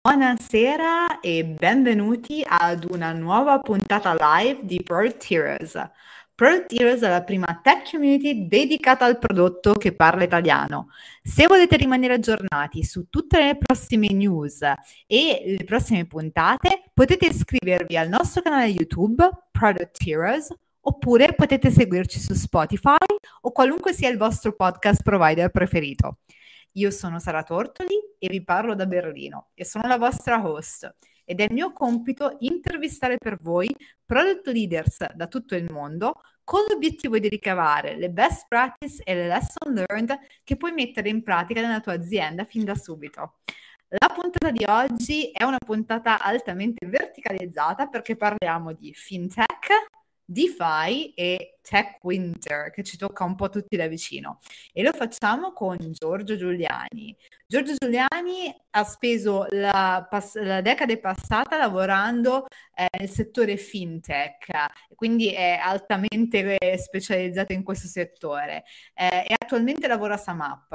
Buonasera e benvenuti ad una nuova puntata live di Product Heroes. Product Heroes è la prima tech community dedicata al prodotto che parla italiano. Se volete rimanere aggiornati su tutte le prossime news e le prossime puntate, potete iscrivervi al nostro canale YouTube, Product Heroes, oppure potete seguirci su Spotify o qualunque sia il vostro podcast provider preferito. Io sono Sara Tortoli e vi parlo da Berlino e sono la vostra host ed è il mio compito intervistare per voi product leaders da tutto il mondo con l'obiettivo di ricavare le best practice e le lesson learned che puoi mettere in pratica nella tua azienda fin da subito. La puntata di oggi è una puntata altamente verticalizzata perché parliamo di fintech, DeFi e Tech Winter, che ci tocca un po' tutti da vicino. E lo facciamo con Giorgio Giuliani. Giorgio Giuliani ha speso la decade passata lavorando nel settore fintech, quindi è altamente specializzato in questo settore e attualmente lavora a SumUp.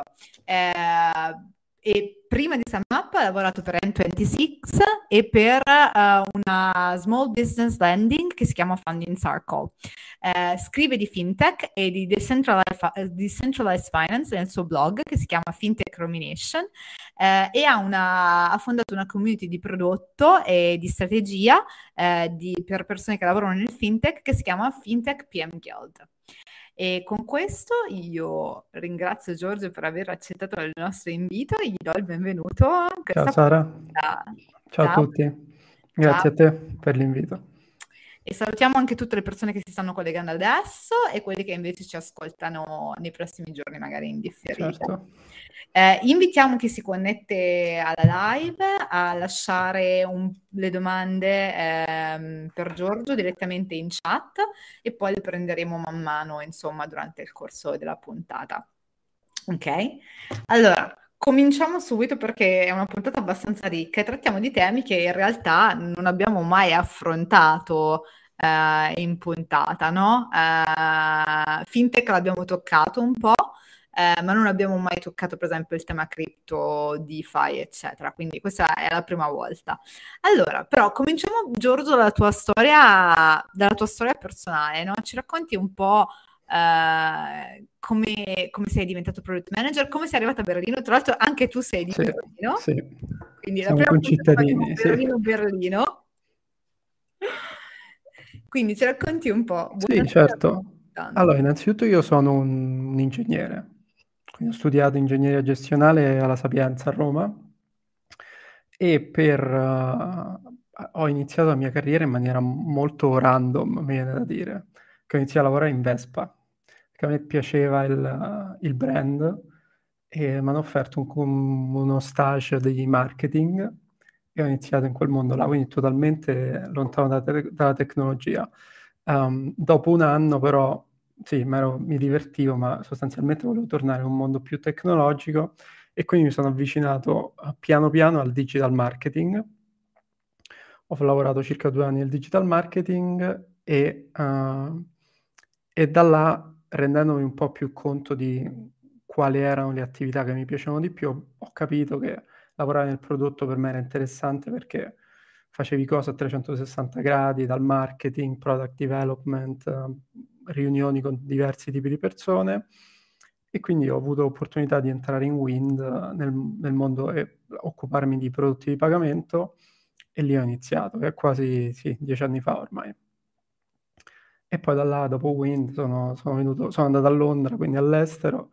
E prima di SumUp ha lavorato per N26 e per una small business lending che si chiama Funding Circle. Scrive di fintech e di decentralized finance nel suo blog che si chiama Fintech Rumination e ha fondato una community di prodotto e di strategia per persone che lavorano nel fintech che si chiama Fintech PM Guild. E con questo io ringrazio Giorgio per aver accettato il nostro invito e gli do il benvenuto a Ciao questa Sara, puntata. ciao a Ciao. tutti, Ciao. grazie a te per l'invito. E salutiamo anche tutte le persone che si stanno collegando adesso e quelli che invece ci ascoltano nei prossimi giorni, magari in differita. Certo. Invitiamo chi si connette alla live a lasciare le domande per Giorgio direttamente in chat e poi le prenderemo man mano, insomma, durante il corso della puntata. Ok? Allora, cominciamo subito perché è una puntata abbastanza ricca e trattiamo di temi che in realtà non abbiamo mai affrontato in puntata, no? Fintech l'abbiamo toccato un po', ma non abbiamo mai toccato per esempio il tema cripto, DeFi, eccetera. Quindi questa è la prima volta. Allora, però cominciamo Giorgio dalla tua storia personale, no? Ci racconti un po' come sei diventato product manager, come sei arrivata a Berlino. Tra l'altro anche tu sei di Sì, Berlino, sì, quindi la siamo prima puntata faremo concittadini, sì. Berlino. Quindi ci racconti un po'. Sì, Buonasera. certo. Allora, innanzitutto io sono un ingegnere, quindi ho studiato ingegneria gestionale alla Sapienza a Roma e ho iniziato la mia carriera in maniera molto random, mi viene da dire, che ho iniziato a lavorare in Vespa, perché a me piaceva il brand e mi hanno offerto uno stage di marketing e ho iniziato in quel mondo là, quindi totalmente lontano dalla tecnologia. Dopo un anno però, sì, mi divertivo, ma sostanzialmente volevo tornare in un mondo più tecnologico e quindi mi sono avvicinato piano piano al digital marketing. Ho lavorato circa 2 anni nel digital marketing e da là, rendendomi un po' più conto di quali erano le attività che mi piacevano di più, ho capito che lavorare nel prodotto per me era interessante perché facevi cose a 360 gradi, dal marketing, product development, riunioni con diversi tipi di persone e quindi ho avuto l'opportunità di entrare in Wind nel mondo e occuparmi di prodotti di pagamento e lì ho iniziato, che è quasi 10 anni fa ormai. E poi da là, dopo Wind, sono andato a Londra, quindi all'estero,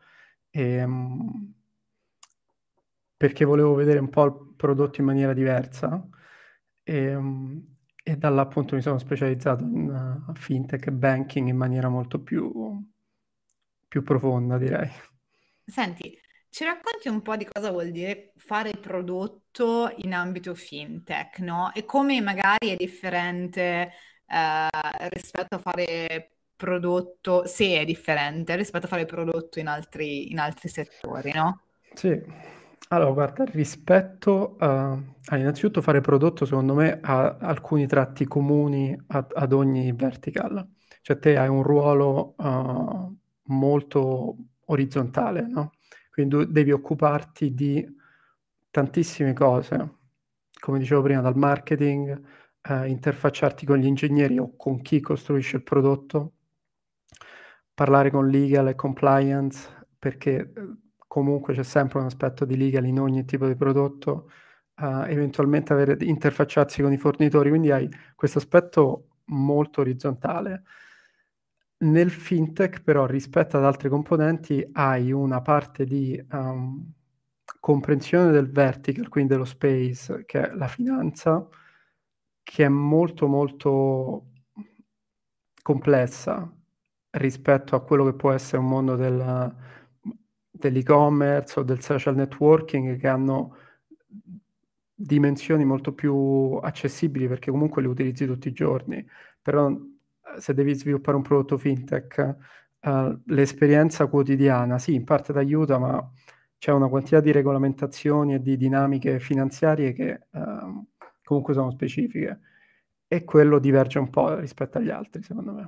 perché volevo vedere un po' il prodotto in maniera diversa e da là appunto mi sono specializzato in fintech e banking in maniera molto più profonda, direi. Senti, ci racconti un po' di cosa vuol dire fare prodotto in ambito fintech, no? E come magari è differente rispetto a fare prodotto, se è differente rispetto a fare prodotto in altri settori, no? Sì, allora guarda, rispetto innanzitutto fare prodotto secondo me ha alcuni tratti comuni ad ogni vertical, cioè te hai un ruolo molto orizzontale, no? Quindi devi occuparti di tantissime cose come dicevo prima, dal marketing, interfacciarti con gli ingegneri o con chi costruisce il prodotto, parlare con legal e compliance, perché comunque c'è sempre un aspetto di legal in ogni tipo di prodotto, eventualmente interfacciarsi con i fornitori, quindi hai questo aspetto molto orizzontale. Nel fintech, però, rispetto ad altre componenti, hai una parte di comprensione del vertical, quindi dello space, che è la finanza, che è molto molto complessa rispetto a quello che può essere un mondo dell'e-commerce o del social networking, che hanno dimensioni molto più accessibili perché comunque le utilizzi tutti i giorni. Però se devi sviluppare un prodotto fintech, l'esperienza quotidiana, sì, in parte ti aiuta, ma c'è una quantità di regolamentazioni e di dinamiche finanziarie che comunque sono specifiche e quello diverge un po' rispetto agli altri, secondo me.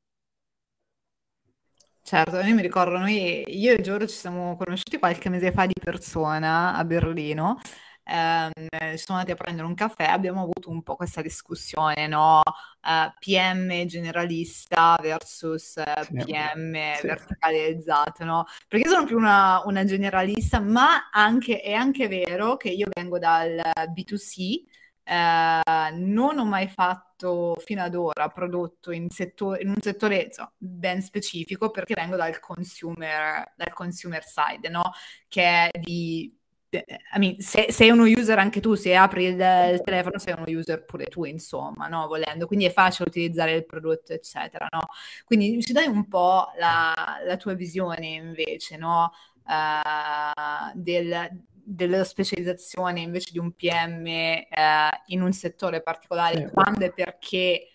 Certo, io mi ricordo, io e Giorgio ci siamo conosciuti qualche mese fa di persona a Berlino, ci siamo andati a prendere un caffè, abbiamo avuto un po' questa discussione, no? PM generalista versus Sì, PM sì, verticalizzato, no? Perché sono più una generalista, ma è anche vero che io vengo dal B2C, non ho mai fatto fino ad ora prodotto in un settore insomma, ben specifico perché vengo dal consumer side, no? Che è I mean, sei uno user anche tu, se apri il telefono sei uno user pure tu, insomma, no? Volendo, quindi è facile utilizzare il prodotto, eccetera, no? Quindi ci dai un po' la tua visione invece, no? Della specializzazione invece di un PM in un settore particolare, sì. quando e perché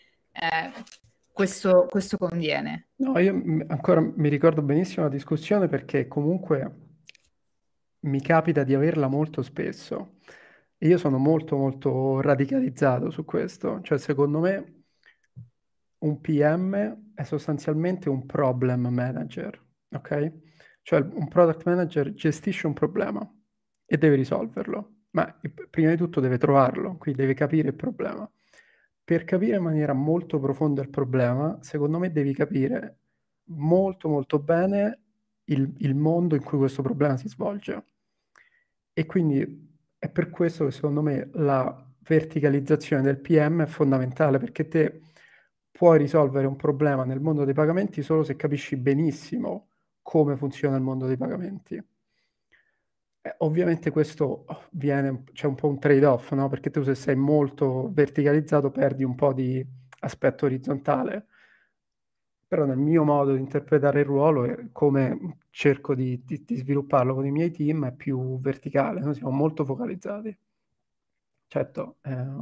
questo conviene. No, io ancora mi ricordo benissimo la discussione perché comunque mi capita di averla molto spesso e io sono molto molto radicalizzato su questo. Cioè, secondo me un PM è sostanzialmente un problem manager, ok? Cioè un product manager gestisce un problema e deve risolverlo, ma prima di tutto deve trovarlo, quindi deve capire il problema. Per capire in maniera molto profonda il problema, secondo me devi capire molto molto bene il mondo in cui questo problema si svolge. E quindi è per questo che secondo me la verticalizzazione del PM è fondamentale, perché te puoi risolvere un problema nel mondo dei pagamenti solo se capisci benissimo come funziona il mondo dei pagamenti. Ovviamente questo c'è un po' un trade-off, no? Perché tu se sei molto verticalizzato perdi un po' di aspetto orizzontale. Però nel mio modo di interpretare il ruolo e come cerco di svilupparlo con i miei team è più verticale, noi siamo molto focalizzati. Certo,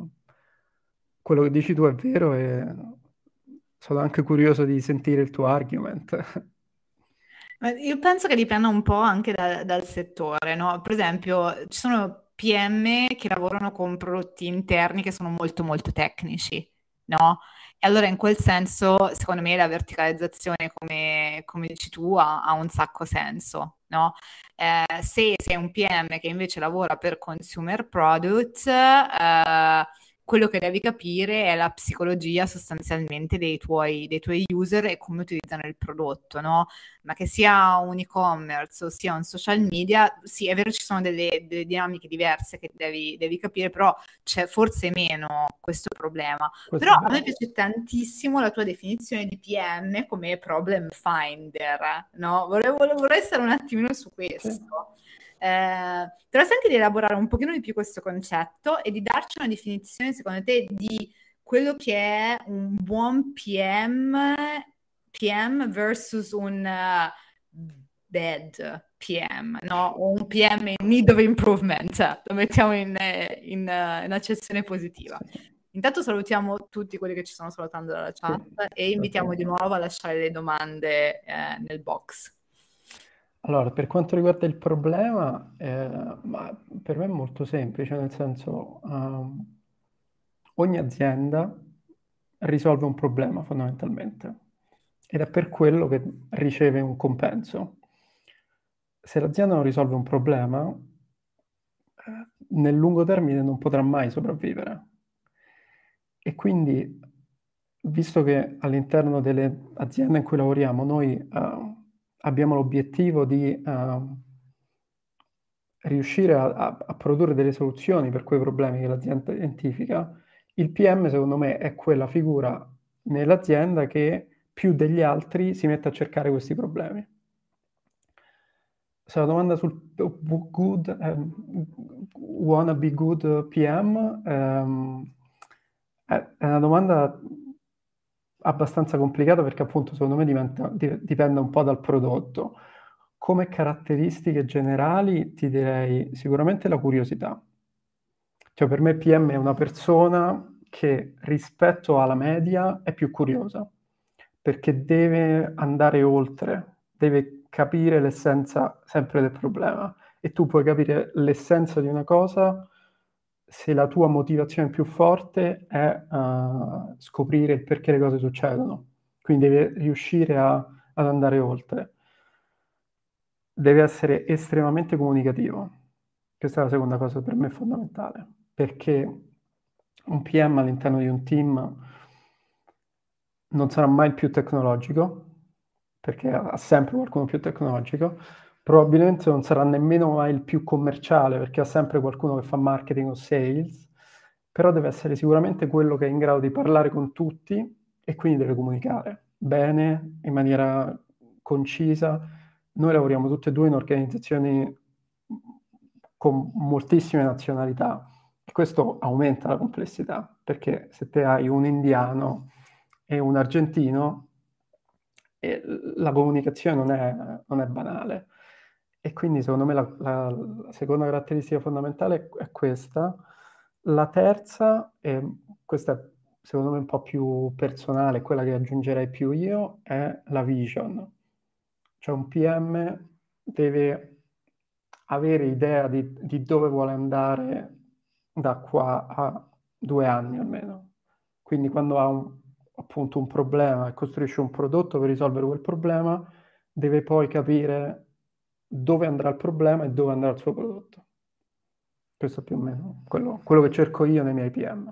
quello che dici tu è vero e sono anche curioso di sentire il tuo argument. Ma io penso che dipenda un po' anche dal settore, no? Per esempio, ci sono PM che lavorano con prodotti interni che sono molto molto tecnici, no? E allora in quel senso, secondo me, la verticalizzazione, come dici tu, ha un sacco senso, no? Se sei un PM che invece lavora per consumer product, quello che devi capire è la psicologia sostanzialmente dei tuoi user e come utilizzano il prodotto, no? Ma che sia un e-commerce o sia un social media, sì, è vero, ci sono delle dinamiche diverse che devi capire, però c'è forse meno questo problema. Questo Però è a me vero. piace tantissimo la tua definizione di PM come problem finder, no? Vorrei stare un attimino su Sì. questo. Te la senti di elaborare un pochino di più questo concetto e di darci una definizione, secondo te, di quello che è un buon PM versus un bad PM, no? O un PM in need of improvement, cioè, lo mettiamo in accezione positiva. Sì, Intanto salutiamo tutti quelli che ci stanno salutando dalla sì, chat e invitiamo di esatto. nuovo a lasciare le domande nel box. Allora, per quanto riguarda il problema, ma per me è molto semplice, nel senso, ogni azienda risolve un problema fondamentalmente ed è per quello che riceve un compenso. Se l'azienda non risolve un problema, nel lungo termine non potrà mai sopravvivere. E quindi, visto che all'interno delle aziende in cui lavoriamo noi abbiamo l'obiettivo di riuscire a produrre delle soluzioni per quei problemi che l'azienda identifica, il PM secondo me è quella figura nell'azienda che più degli altri si mette a cercare questi problemi. Se la domanda sul good, wanna be good PM è una domanda abbastanza complicata perché appunto secondo me dipende un po' dal prodotto. Come caratteristiche generali ti direi sicuramente la curiosità. Cioè per me PM è una persona che rispetto alla media è più curiosa, perché deve andare oltre, deve capire l'essenza sempre del problema. E tu puoi capire l'essenza di una cosa se la tua motivazione più forte è scoprire il perché le cose succedono. Quindi devi riuscire ad andare oltre. Deve essere estremamente comunicativo. Questa è la seconda cosa per me fondamentale, perché un PM all'interno di un team non sarà mai il più tecnologico, perché ha sempre qualcuno più tecnologico, probabilmente non sarà nemmeno mai il più commerciale, perché ha sempre qualcuno che fa marketing o sales, però deve essere sicuramente quello che è in grado di parlare con tutti e quindi deve comunicare bene, in maniera concisa. Noi lavoriamo tutte e due in organizzazioni con moltissime nazionalità e questo aumenta la complessità, perché se te hai un indiano e un argentino, la comunicazione non è banale. E quindi secondo me la seconda caratteristica fondamentale è questa. La terza, e questa è secondo me un po' più personale, quella che aggiungerei più io, è la vision. Cioè un PM deve avere idea di dove vuole andare da qua a 2 anni almeno. Quindi quando ha appunto un problema e costruisce un prodotto per risolvere quel problema, deve poi capire dove andrà il problema e dove andrà il suo prodotto. Questo è più o meno quello che cerco io nei miei PM.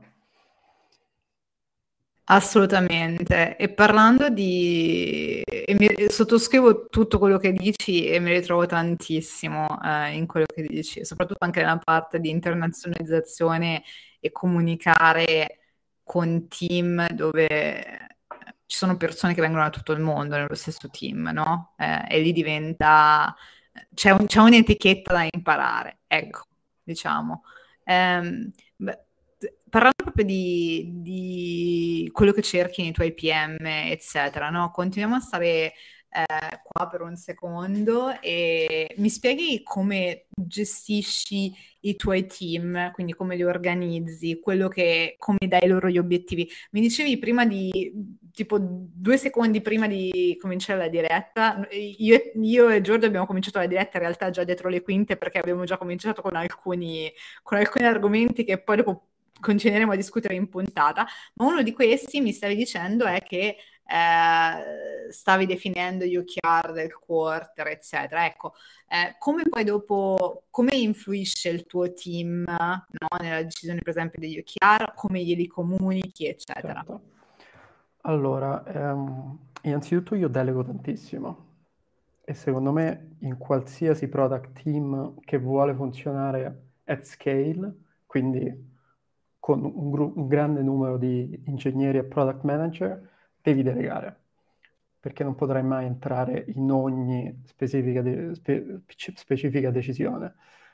Assolutamente. E parlando sottoscrivo tutto quello che dici e mi ritrovo tantissimo in quello che dici, soprattutto anche nella parte di internazionalizzazione e comunicare con team dove ci sono persone che vengono da tutto il mondo nello stesso team, no? E lì diventa... c'è un'etichetta da imparare, ecco, diciamo. Beh, parlando proprio di quello che cerchi nei tuoi PM, eccetera, no? Continuiamo a stare qua per un secondo e mi spieghi come gestisci i tuoi team, quindi come li organizzi, come dai loro gli obiettivi. Mi dicevi prima tipo 2 secondi prima di cominciare la diretta, io e Giorgio abbiamo cominciato la diretta in realtà già dietro le quinte perché abbiamo già cominciato con alcuni argomenti che poi dopo continueremo a discutere in puntata, ma uno di questi mi stavi dicendo è che stavi definendo gli OKR del quarter, eccetera. Ecco, come poi dopo, come influisce il tuo team, no, nella decisione per esempio degli OKR, come glieli comunichi, eccetera. Certo. Allora, innanzitutto io delego tantissimo e secondo me in qualsiasi product team che vuole funzionare at scale, quindi con un grande numero di ingegneri e product manager, devi delegare, perché non potrai mai entrare in ogni specifica decisione.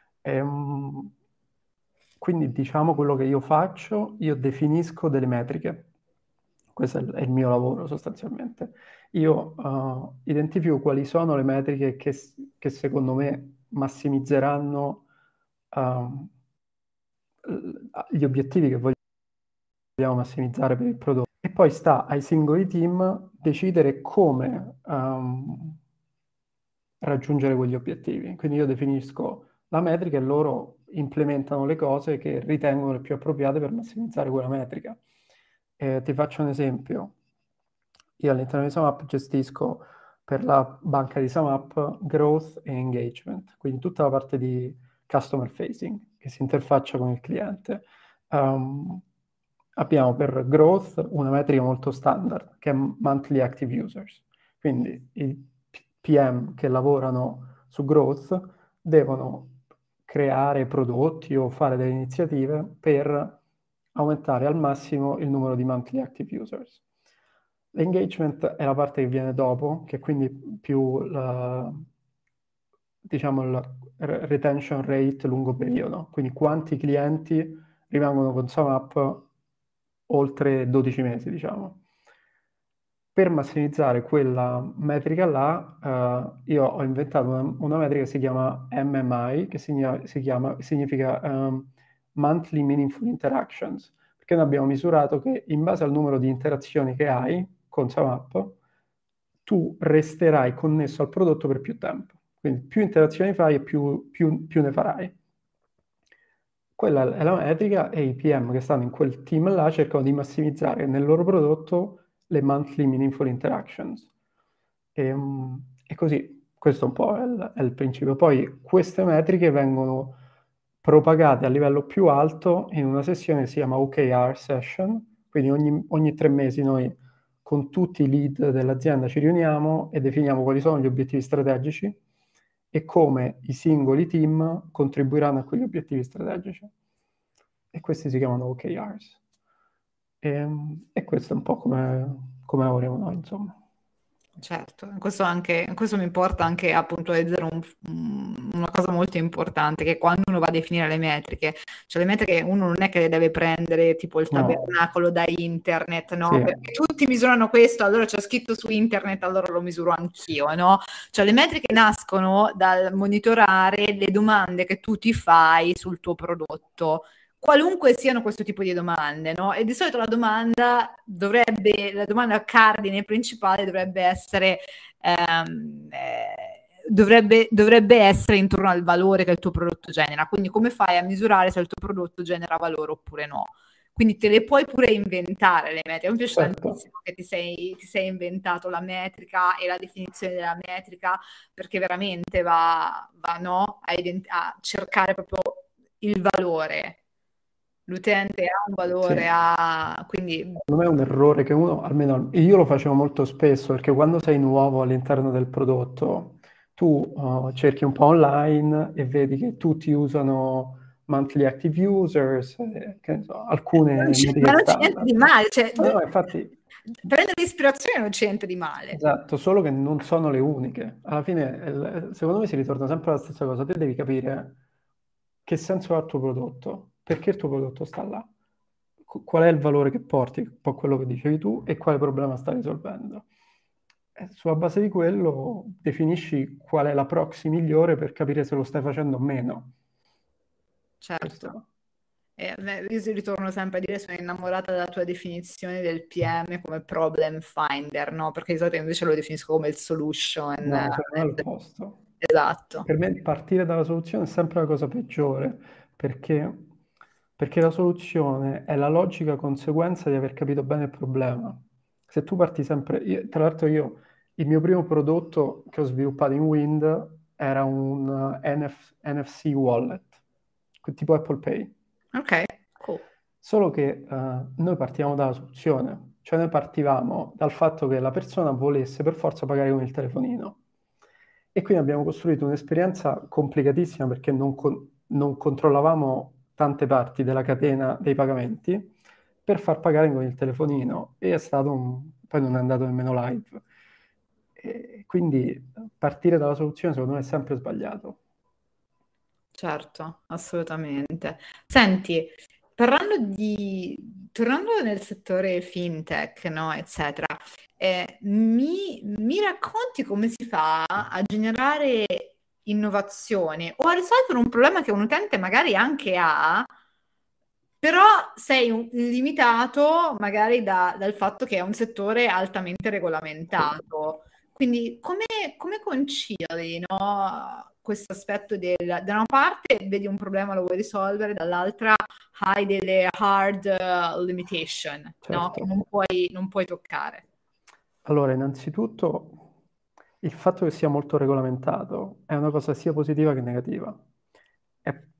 Quindi diciamo quello che io faccio, io definisco delle metriche. Questo è il mio lavoro sostanzialmente. Io identifico quali sono le metriche che secondo me massimizzeranno gli obiettivi che vogliamo massimizzare per il prodotto. E poi sta ai singoli team decidere come raggiungere quegli obiettivi. Quindi io definisco la metrica e loro implementano le cose che ritengono le più appropriate per massimizzare quella metrica. Ti faccio un esempio. Io all'interno di SumUp gestisco per la banca di SumUp growth e engagement, quindi tutta la parte di customer facing. che si interfaccia con il cliente. Abbiamo per growth una metrica molto standard, che è monthly active users. Quindi i PM che lavorano su growth devono creare prodotti o fare delle iniziative per aumentare al massimo il numero di monthly active users. L'engagement è la parte che viene dopo, che è quindi più diciamo, la retention rate lungo periodo, quindi quanti clienti rimangono con SumUp oltre 12 mesi, diciamo. Per massimizzare quella metrica là, io ho inventato una metrica che si chiama MMI, che significa Monthly Meaningful Interactions, perché noi abbiamo misurato che in base al numero di interazioni che hai con SumUp, tu resterai connesso al prodotto per più tempo. Quindi più interazioni fai e più ne farai. Quella è la metrica e i PM che stanno in quel team là cercano di massimizzare nel loro prodotto le monthly meaningful interactions. E così, questo un po' è il principio. Poi queste metriche vengono propagate a livello più alto in una sessione che si chiama OKR session, quindi ogni 3 mesi noi con tutti i lead dell'azienda ci riuniamo e definiamo quali sono gli obiettivi strategici e come i singoli team contribuiranno a quegli obiettivi strategici. E questi si chiamano OKRs. E questo è un po' come lavoriamo noi, insomma. Certo, questo mi porta anche a puntualizzare una cosa molto importante, che quando uno va a definire le metriche, cioè le metriche uno non è che le deve prendere tipo il No. tabernacolo da internet, no? Sì. Perché tutti misurano questo, allora c'è scritto su internet, allora lo misuro anch'io, no? Cioè le metriche nascono dal monitorare le domande che tu ti fai sul tuo prodotto, qualunque siano questo tipo di domande, no? E di solito la domanda cardine principale dovrebbe essere, dovrebbe essere intorno al valore che il tuo prodotto genera. Quindi come fai a misurare se il tuo prodotto genera valore oppure no? Quindi te le puoi pure inventare le metriche. Mi piace tantissimo che ti sei inventato la metrica e la definizione della metrica, perché veramente va no, a cercare proprio il valore. L'utente ha un valore, Sì. quindi Secondo me è un errore che uno, almeno io lo facevo molto spesso, perché quando sei nuovo all'interno del prodotto, tu cerchi un po' online e vedi che tutti usano monthly active users, che ne so, alcune ma metriche non c'è niente di male, cioè, No, infatti, prendere ispirazione non c'è niente di male. esatto, solo che non sono le uniche. Alla fine, secondo me si ritorna sempre alla stessa cosa. Te devi capire che senso ha il tuo prodotto, perché il tuo prodotto sta là, qual è il valore che porti, un po' quello che dicevi tu, e quale problema stai risolvendo. E sulla base di quello definisci qual è la proxy migliore per capire se lo stai facendo o meno. Certo. Questo. Io ritorno sempre a dire sono innamorata della tua definizione del PM come problem finder, no? Perché di solito invece lo definisco come il solution. No, secondo me è l'opposto. Esatto. Per me partire dalla soluzione è sempre la cosa peggiore, perché la soluzione è la logica conseguenza di aver capito bene il problema. Se tu parti sempre... tra l'altro il mio primo prodotto che ho sviluppato in Wind era un NFC wallet, tipo Apple Pay. Ok, cool. Solo che noi partiamo dalla soluzione, cioè noi partivamo dal fatto che la persona volesse per forza pagare con il telefonino. E quindi abbiamo costruito un'esperienza complicatissima perché non controllavamo tante parti della catena dei pagamenti per far pagare con il telefonino e poi non è andato nemmeno live. E quindi partire dalla soluzione secondo me è sempre sbagliato. Certo, assolutamente. Senti, tornando nel settore fintech, no, eccetera, mi racconti come si fa a generare innovazione o a risolvere un problema che un utente magari anche ha, però sei limitato magari dal fatto che è un settore altamente regolamentato. Quindi come concili, no, questo aspetto da una parte vedi un problema, lo vuoi risolvere, dall'altra hai delle hard limitation, no, Certo. che non puoi toccare. Allora, innanzitutto, il fatto che sia molto regolamentato è una cosa sia positiva che negativa.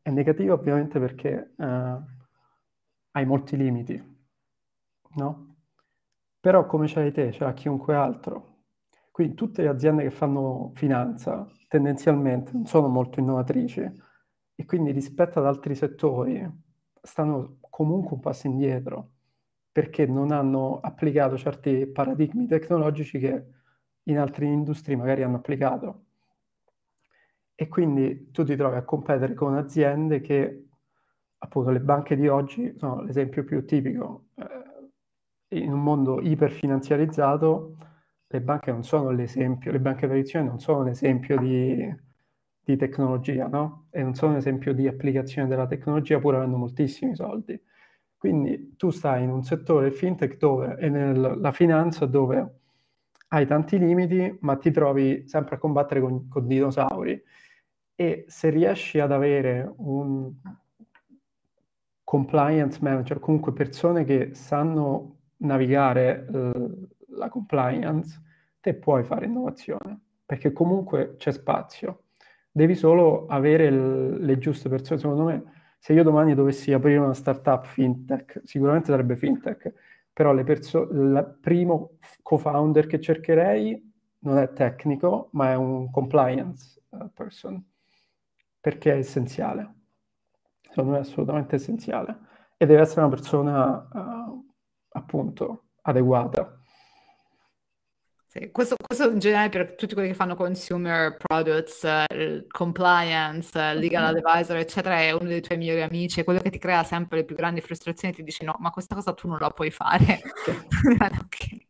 È negativa ovviamente perché hai molti limiti, no? Però come ce l'hai te, ce l'ha chiunque altro. Quindi tutte le aziende che fanno finanza tendenzialmente non sono molto innovatrici e quindi rispetto ad altri settori stanno comunque un passo indietro perché non hanno applicato certi paradigmi tecnologici che in altre industrie magari hanno applicato. E quindi tu ti trovi a competere con aziende che, appunto, le banche di oggi sono l'esempio più tipico. In un mondo iperfinanziarizzato, le banche non sono l'esempio, le banche tradizionali non sono l'esempio di tecnologia, no? E non sono l'esempio di applicazione della tecnologia, pur avendo moltissimi soldi. Quindi tu stai in un settore fintech dove, e nella finanza dove hai tanti limiti, ma ti trovi sempre a combattere con dinosauri. E se riesci ad avere un compliance manager, comunque persone che sanno navigare la compliance, te puoi fare innovazione, perché comunque c'è spazio. Devi solo avere le giuste persone. Secondo me, se io domani dovessi aprire una startup fintech, sicuramente sarebbe fintech, però il primo co-founder che cercherei non è tecnico, ma è un compliance person, perché è essenziale. Secondo me è assolutamente essenziale. E deve essere una persona, appunto, adeguata. Sì, questo in generale per tutti quelli che fanno consumer products, compliance, legal advisor, eccetera, è uno dei tuoi migliori amici, è quello che ti crea sempre le più grandi frustrazioni e ti dice no, ma questa cosa tu non la puoi fare. Sì. Ok.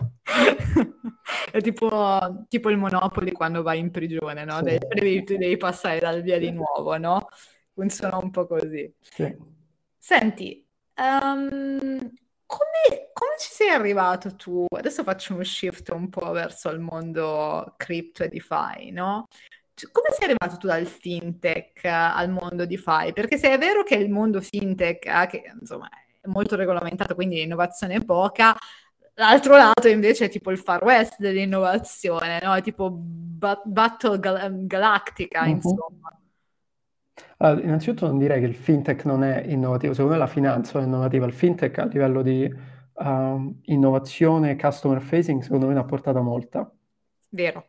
È tipo il Monopoli quando vai in prigione, no? Sì, Tu devi passare dal via sì, di nuovo, no? Funziona un po' così. sì. Senti, come ci sei arrivato tu? Adesso faccio uno shift un po' verso il mondo crypto e DeFi, no? Come sei arrivato tu dal fintech al mondo DeFi? Perché se è vero che il mondo fintech, che insomma è molto regolamentato, quindi l'innovazione è poca, l'altro lato invece è tipo il Far West dell'innovazione, no? È tipo Battle Galactica, Mhm. insomma. Allora, innanzitutto non direi che il fintech non è innovativo, secondo me la finanza è innovativa, il fintech a livello di innovazione, customer facing, secondo me ne ha portata molta. Vero.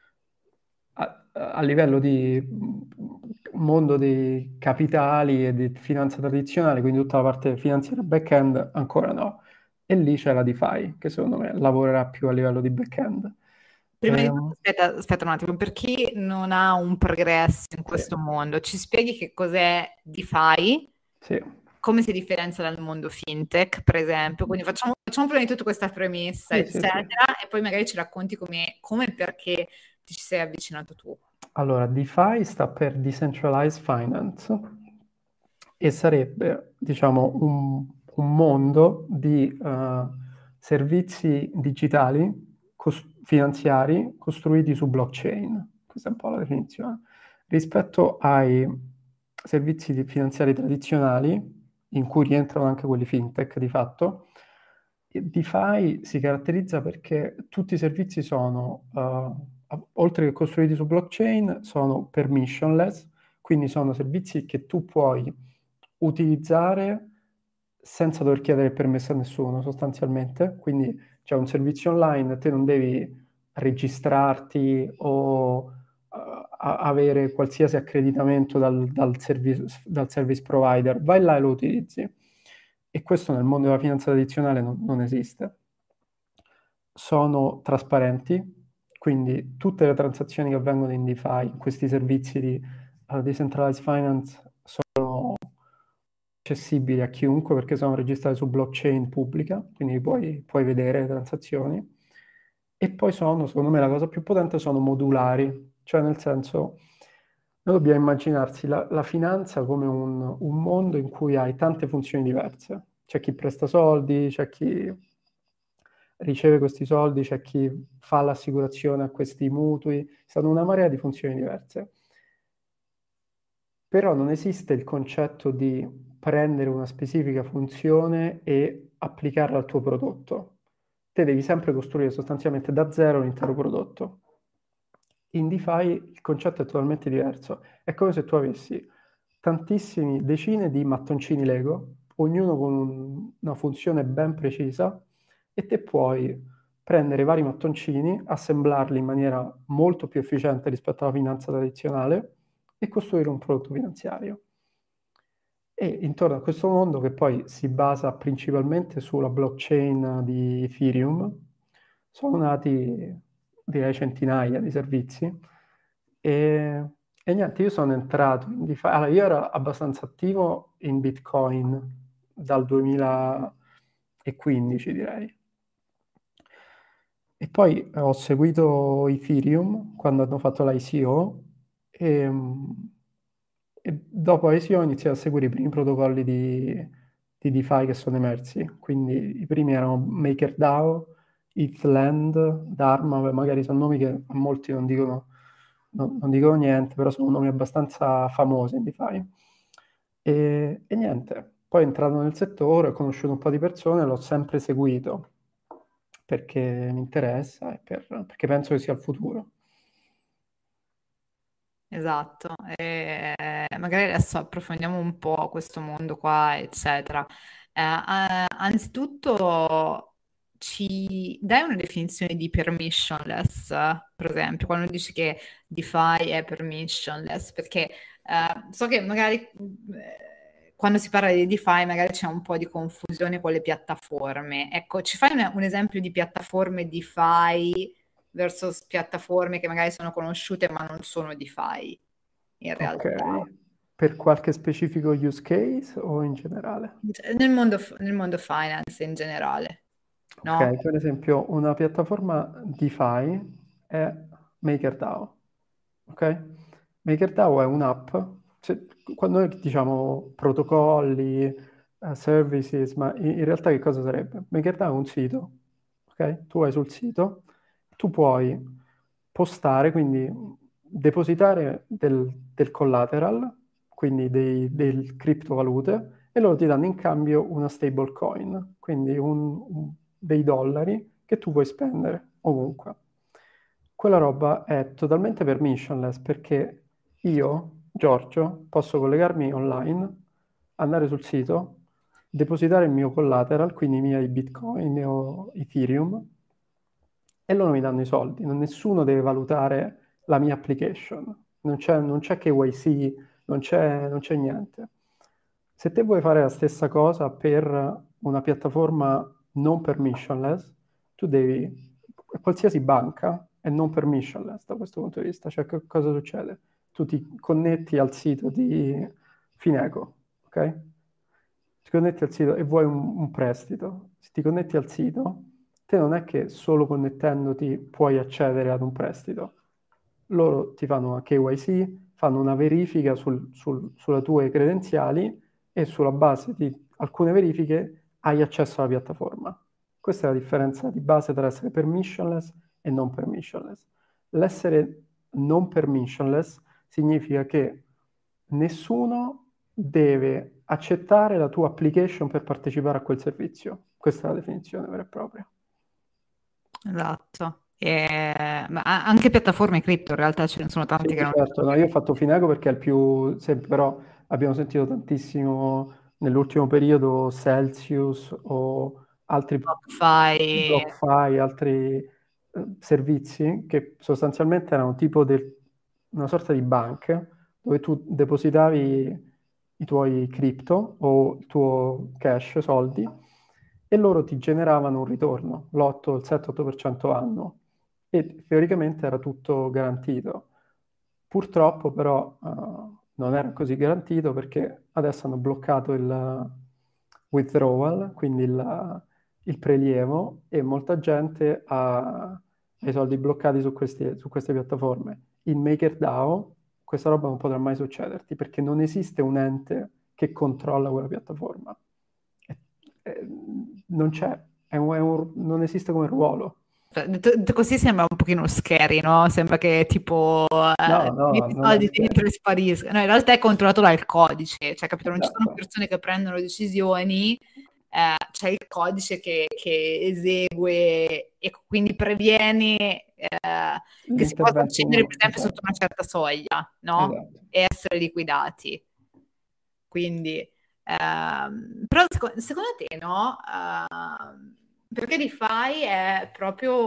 A livello di mondo dei capitali e di finanza tradizionale, quindi tutta la parte finanziaria back-end, ancora no. E lì c'è la DeFi, che secondo me lavorerà più a livello di back-end. Prima di tutto, aspetta un attimo, per chi non ha un progresso in Sì, questo mondo, ci spieghi che cos'è DeFi, sì. come si differenzia dal mondo fintech, per esempio. Quindi facciamo prima di tutto questa premessa, Sì, sì, sì. eccetera, e poi magari ci racconti come e perché ti ci sei avvicinato tu. Allora, DeFi sta per Decentralized Finance e sarebbe, diciamo, un mondo di servizi digitali finanziari costruiti su blockchain. Questa è un po' la definizione. Rispetto ai servizi finanziari tradizionali, in cui rientrano anche quelli fintech di fatto, DeFi si caratterizza perché tutti i servizi sono, oltre che costruiti su blockchain, sono permissionless, quindi sono servizi che tu puoi utilizzare senza dover chiedere permesso a nessuno, sostanzialmente. Quindi c'è un servizio online, te non devi registrarti o avere qualsiasi accreditamento dal service provider, vai là e lo utilizzi. E questo nel mondo della finanza tradizionale non esiste. Sono trasparenti, quindi tutte le transazioni che avvengono in DeFi, in questi servizi di decentralized finance, sono accessibili a chiunque perché sono registrate su blockchain pubblica, quindi puoi vedere le transazioni. E poi sono, secondo me, la cosa più potente sono modulari, cioè nel senso, noi dobbiamo immaginarsi la finanza come un mondo in cui hai tante funzioni diverse. C'è chi presta soldi, c'è chi riceve questi soldi, c'è chi fa l'assicurazione a questi mutui, sono una marea di funzioni diverse. Però non esiste il concetto di prendere una specifica funzione e applicarla al tuo prodotto. Te devi sempre costruire sostanzialmente da zero un intero prodotto. In DeFi il concetto è totalmente diverso. È come se tu avessi tantissimi, decine di mattoncini Lego, ognuno con una funzione ben precisa, e te puoi prendere i vari mattoncini, assemblarli in maniera molto più efficiente rispetto alla finanza tradizionale e costruire un prodotto finanziario. E intorno a questo mondo, che poi si basa principalmente sulla blockchain di Ethereum, sono nati, direi, centinaia di servizi. E niente, io sono entrato in DeFi. Allora, io ero abbastanza attivo in Bitcoin dal 2015, direi. E poi ho seguito Ethereum quando hanno fatto l'ICO e, e dopo l'ICO ho iniziato a seguire i primi protocolli di DeFi che sono emersi. Quindi i primi erano MakerDAO, ETHLend, Dharma, magari sono nomi che a molti non dicono niente, però sono nomi abbastanza famosi in DeFi. E niente, poi entrato nel settore, ho conosciuto un po' di persone, l'ho sempre seguito perché mi interessa e perché penso che sia il futuro. Esatto, e magari adesso approfondiamo un po' questo mondo qua, eccetera. Anzitutto ci dai una definizione di permissionless, per esempio, quando dici che DeFi è permissionless, perché so che magari quando si parla di DeFi magari c'è un po' di confusione con le piattaforme. Ecco, ci fai un esempio di piattaforme DeFi versus piattaforme che magari sono conosciute ma non sono DeFi in Ok, realtà, per qualche specifico use case o in generale? cioè, nel mondo finance in generale, no? Ok, per esempio una piattaforma DeFi è MakerDAO. Ok? MakerDAO è un'app, quando noi diciamo protocolli, services, ma in realtà che cosa sarebbe? MakerDAO è un sito, ok? Tu vai sul sito, tu puoi postare, quindi depositare del collateral, quindi del criptovalute, e loro ti danno in cambio una stablecoin, quindi dei dollari che tu puoi spendere ovunque. Quella roba è totalmente permissionless perché io, Giorgio, posso collegarmi online, andare sul sito, depositare il mio collateral, quindi i miei Bitcoin o Ethereum, e loro mi danno i soldi. Nessuno deve valutare la mia application. Non c'è KYC, non c'è niente. Se te vuoi fare la stessa cosa per una piattaforma non permissionless, tu devi, qualsiasi banca è non permissionless da questo punto di vista. Cioè, cosa succede? Tu ti connetti al sito di Fineco, ok? Ti connetti al sito e vuoi un prestito. Se ti connetti al sito, te non è che solo connettendoti puoi accedere ad un prestito. Loro ti fanno una KYC, fanno una verifica sulle tue credenziali e sulla base di alcune verifiche hai accesso alla piattaforma. Questa è la differenza di base tra essere permissionless e non permissionless. L'essere non permissionless significa che nessuno deve accettare la tua application per partecipare a quel servizio. Questa è la definizione vera e propria. Esatto. Ma anche piattaforme cripto, in realtà ce ne sono Sì, tante che non certo, no, io ho fatto Fineco perché è il più semplice, però abbiamo sentito tantissimo nell'ultimo periodo Celsius o altri fai. BlockFi, altri servizi che sostanzialmente erano tipo una sorta di banche dove tu depositavi i tuoi cripto o il tuo cash, soldi, e loro ti generavano un ritorno, l'8, il 7-8% annuo, e teoricamente era tutto garantito. Purtroppo però non era così garantito perché adesso hanno bloccato il withdrawal, quindi il prelievo, e molta gente ha i soldi bloccati su queste piattaforme. In MakerDAO questa roba non potrà mai succederti perché non esiste un ente che controlla quella piattaforma. E- e non c'è, non esiste come ruolo. Cioè, detto così sembra un pochino scary, no? Sembra che tipo No, no, metti i non è soldi dentro e spariscono. No, in realtà è controllato dal codice, cioè, capito? Non ci sono esatto. persone che prendono decisioni, c'è il codice che esegue e quindi previene che si possa L'intervento accedere, umano, per esempio, sotto esatto. una certa soglia, no? Esatto. E essere liquidati. Quindi, però secondo te, no? Perché DeFi è proprio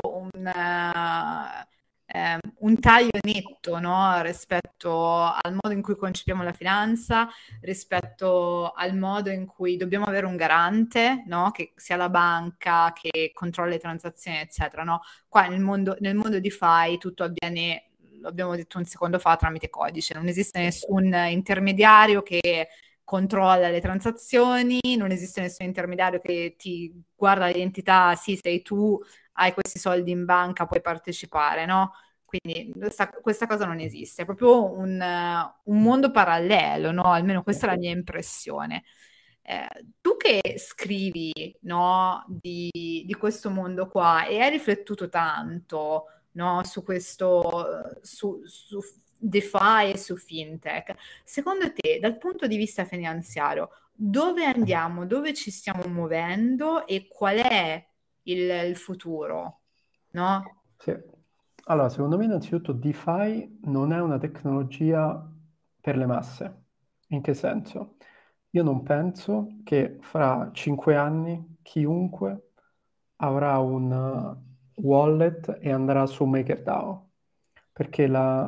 un taglio netto, no? Rispetto al modo in cui concepiamo la finanza, rispetto al modo in cui dobbiamo avere un garante, no? Che sia la banca che controlla le transazioni, eccetera, no? Qua nel mondo DeFi tutto avviene, lo abbiamo detto un secondo fa, tramite codice, non esiste nessun intermediario che controlla le transazioni, non esiste nessun intermediario che ti guarda l'identità, sì, sei tu, hai questi soldi in banca, puoi partecipare, no? Quindi questa cosa non esiste, è proprio un mondo parallelo, no? Almeno questa è la mia impressione. Tu che scrivi, no, di questo mondo qua e hai riflettuto tanto, no, su questo, su DeFi e su FinTech, secondo te, dal punto di vista finanziario, dove andiamo, dove ci stiamo muovendo e qual è il futuro, no? Sì. Allora, secondo me innanzitutto DeFi non è una tecnologia per le masse. In che senso? Io non penso che fra 5 anni chiunque avrà un wallet e andrà su MakerDAO, perché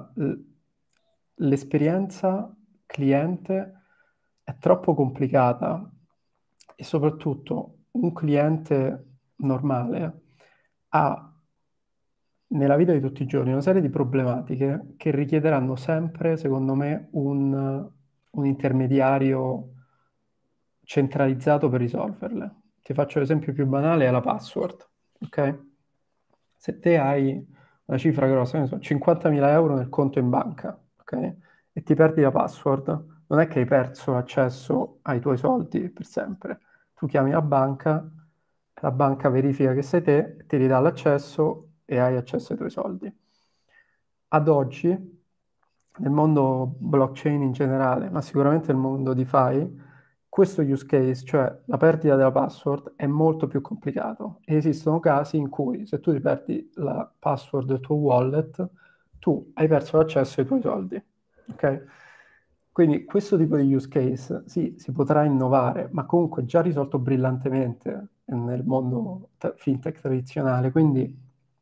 l'esperienza cliente è troppo complicata e soprattutto un cliente normale ha nella vita di tutti i giorni una serie di problematiche che richiederanno sempre, secondo me, un intermediario centralizzato per risolverle. Ti faccio l'esempio più banale, è la password, ok? Se te hai una cifra grossa, che ne so, 50.000 euro nel conto in banca, ok? E ti perdi la password, non è che hai perso accesso ai tuoi soldi per sempre. Tu chiami la banca verifica che sei te, ti ridà l'accesso e hai accesso ai tuoi soldi. Ad oggi, nel mondo blockchain in generale, ma sicuramente nel mondo DeFi, questo use case, cioè la perdita della password, è molto più complicato. E esistono casi in cui se tu ti perdi la password del tuo wallet, tu hai perso l'accesso ai tuoi soldi. Ok? Quindi questo tipo di use case, sì, si potrà innovare, ma comunque già risolto brillantemente nel mondo fintech tradizionale, quindi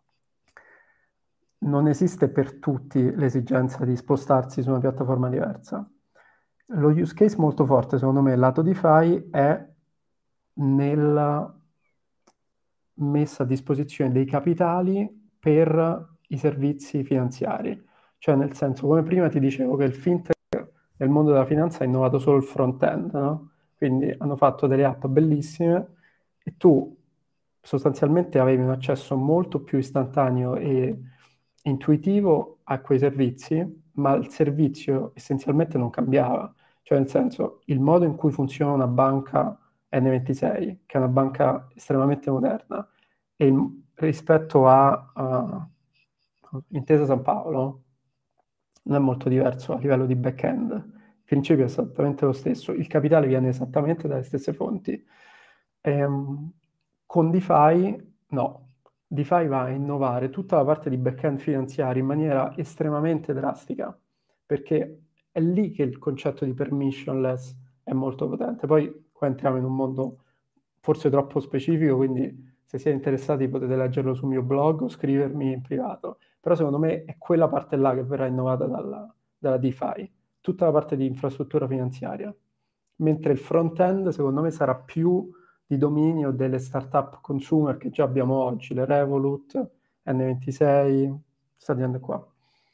non esiste per tutti l'esigenza di spostarsi su una piattaforma diversa. Lo use case molto forte, secondo me, lato DeFi è nella messa a disposizione dei capitali per i servizi finanziari. Cioè, nel senso, come prima ti dicevo che il fintech nel mondo della finanza ha innovato solo il front-end, no? Quindi hanno fatto delle app bellissime e tu sostanzialmente avevi un accesso molto più istantaneo e intuitivo a quei servizi, ma il servizio essenzialmente non cambiava. Cioè, nel senso, il modo in cui funziona una banca N26, che è una banca estremamente moderna, e rispetto a Intesa San Paolo, non è molto diverso a livello di back-end. Il principio è esattamente lo stesso, il capitale viene esattamente dalle stesse fonti. Ehm, con DeFi, no. DeFi va a innovare tutta la parte di back-end finanziario in maniera estremamente drastica, perché è lì che il concetto di permissionless è molto potente. Poi qua entriamo in un mondo forse troppo specifico, quindi se siete interessati potete leggerlo sul mio blog o scrivermi in privato. Però secondo me è quella parte là che verrà innovata dalla DeFi, tutta la parte di infrastruttura finanziaria. Mentre il front-end secondo me sarà più di dominio delle startup consumer che già abbiamo oggi, le Revolut, N26, sta gente qua.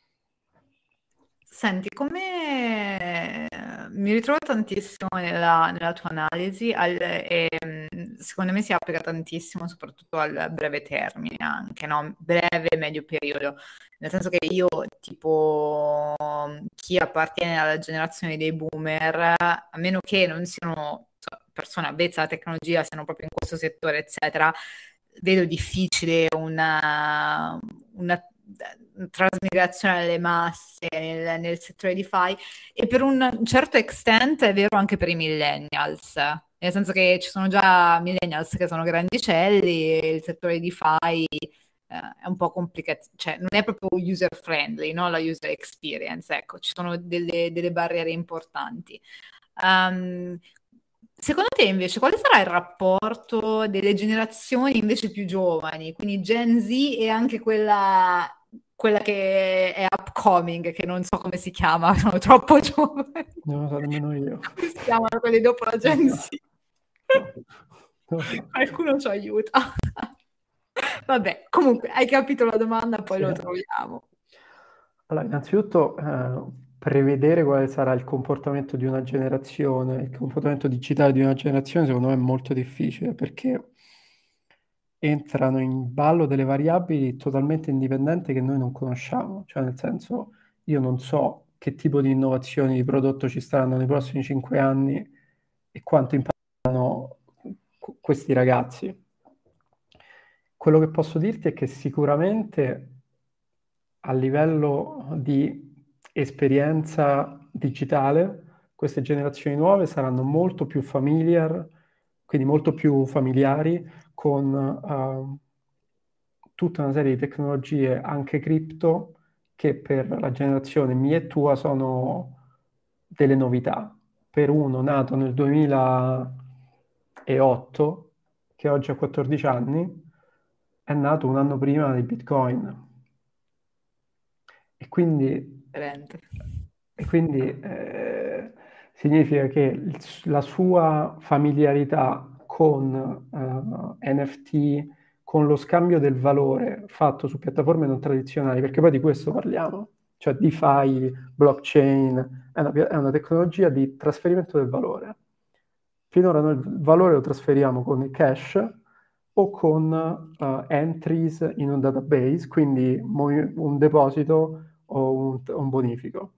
Senti, come mi ritrovo tantissimo nella tua analisi e secondo me si applica tantissimo soprattutto al breve termine anche, no? Breve e medio periodo, nel senso che io tipo chi appartiene alla generazione dei boomer, a meno che non siano persone avvezze alla tecnologia, siano proprio in questo settore, eccetera, vedo difficile una trasmigrazione alle masse nel settore DeFi e per un certo extent è vero anche per i millennials, nel senso che ci sono già millennials che sono grandicelli e il settore DeFi è un po' complicato, cioè non è proprio user friendly, no? La user experience, ecco, ci sono delle barriere importanti. Ehm, Secondo te invece quale sarà il rapporto delle generazioni invece più giovani, quindi Gen Z e anche quella che è upcoming, che non so come si chiama, sono troppo giovane. Non lo so nemmeno io. Come si chiamano quelli dopo la Gen Z? No, non lo so. Qualcuno ci aiuta. Vabbè, comunque hai capito la domanda, poi Sì. lo troviamo. Allora, innanzitutto, prevedere quale sarà il comportamento di una generazione, il comportamento digitale di una generazione, secondo me è molto difficile perché entrano in ballo delle variabili totalmente indipendenti che noi non conosciamo. Cioè, nel senso, io non so che tipo di innovazioni di prodotto ci saranno nei prossimi 5 anni e quanto imparano questi ragazzi. Quello che posso dirti è che sicuramente a livello di esperienza digitale, queste generazioni nuove saranno molto più familiar, quindi molto più familiari con tutta una serie di tecnologie, anche cripto, che per la generazione mia e tua sono delle novità. Per uno nato nel 2008, che oggi ha 14 anni, è nato un anno prima di Bitcoin. E quindi, Differente. e quindi, significa che la sua familiarità con NFT, con lo scambio del valore fatto su piattaforme non tradizionali, perché poi di questo parliamo, cioè DeFi, blockchain, è una tecnologia di trasferimento del valore. Finora noi il valore lo trasferiamo con il cash o con entries in un database, quindi un deposito o un bonifico.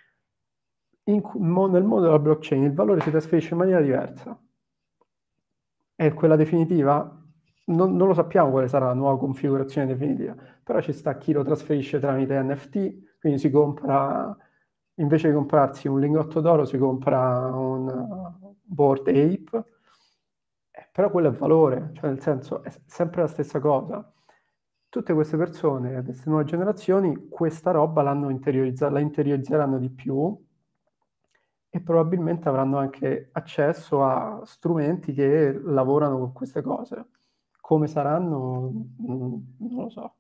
Nel mondo della blockchain il valore si trasferisce in maniera diversa. È quella definitiva? Non lo sappiamo quale sarà la nuova configurazione definitiva, però ci sta chi lo trasferisce tramite NFT, quindi si compra, invece di comprarsi un lingotto d'oro, si compra un Bored Ape, però quello è valore, cioè nel senso è sempre la stessa cosa. Tutte queste persone, queste nuove generazioni, questa roba la interiorizzeranno di più e probabilmente avranno anche accesso a strumenti che lavorano con queste cose. Come saranno, non lo so.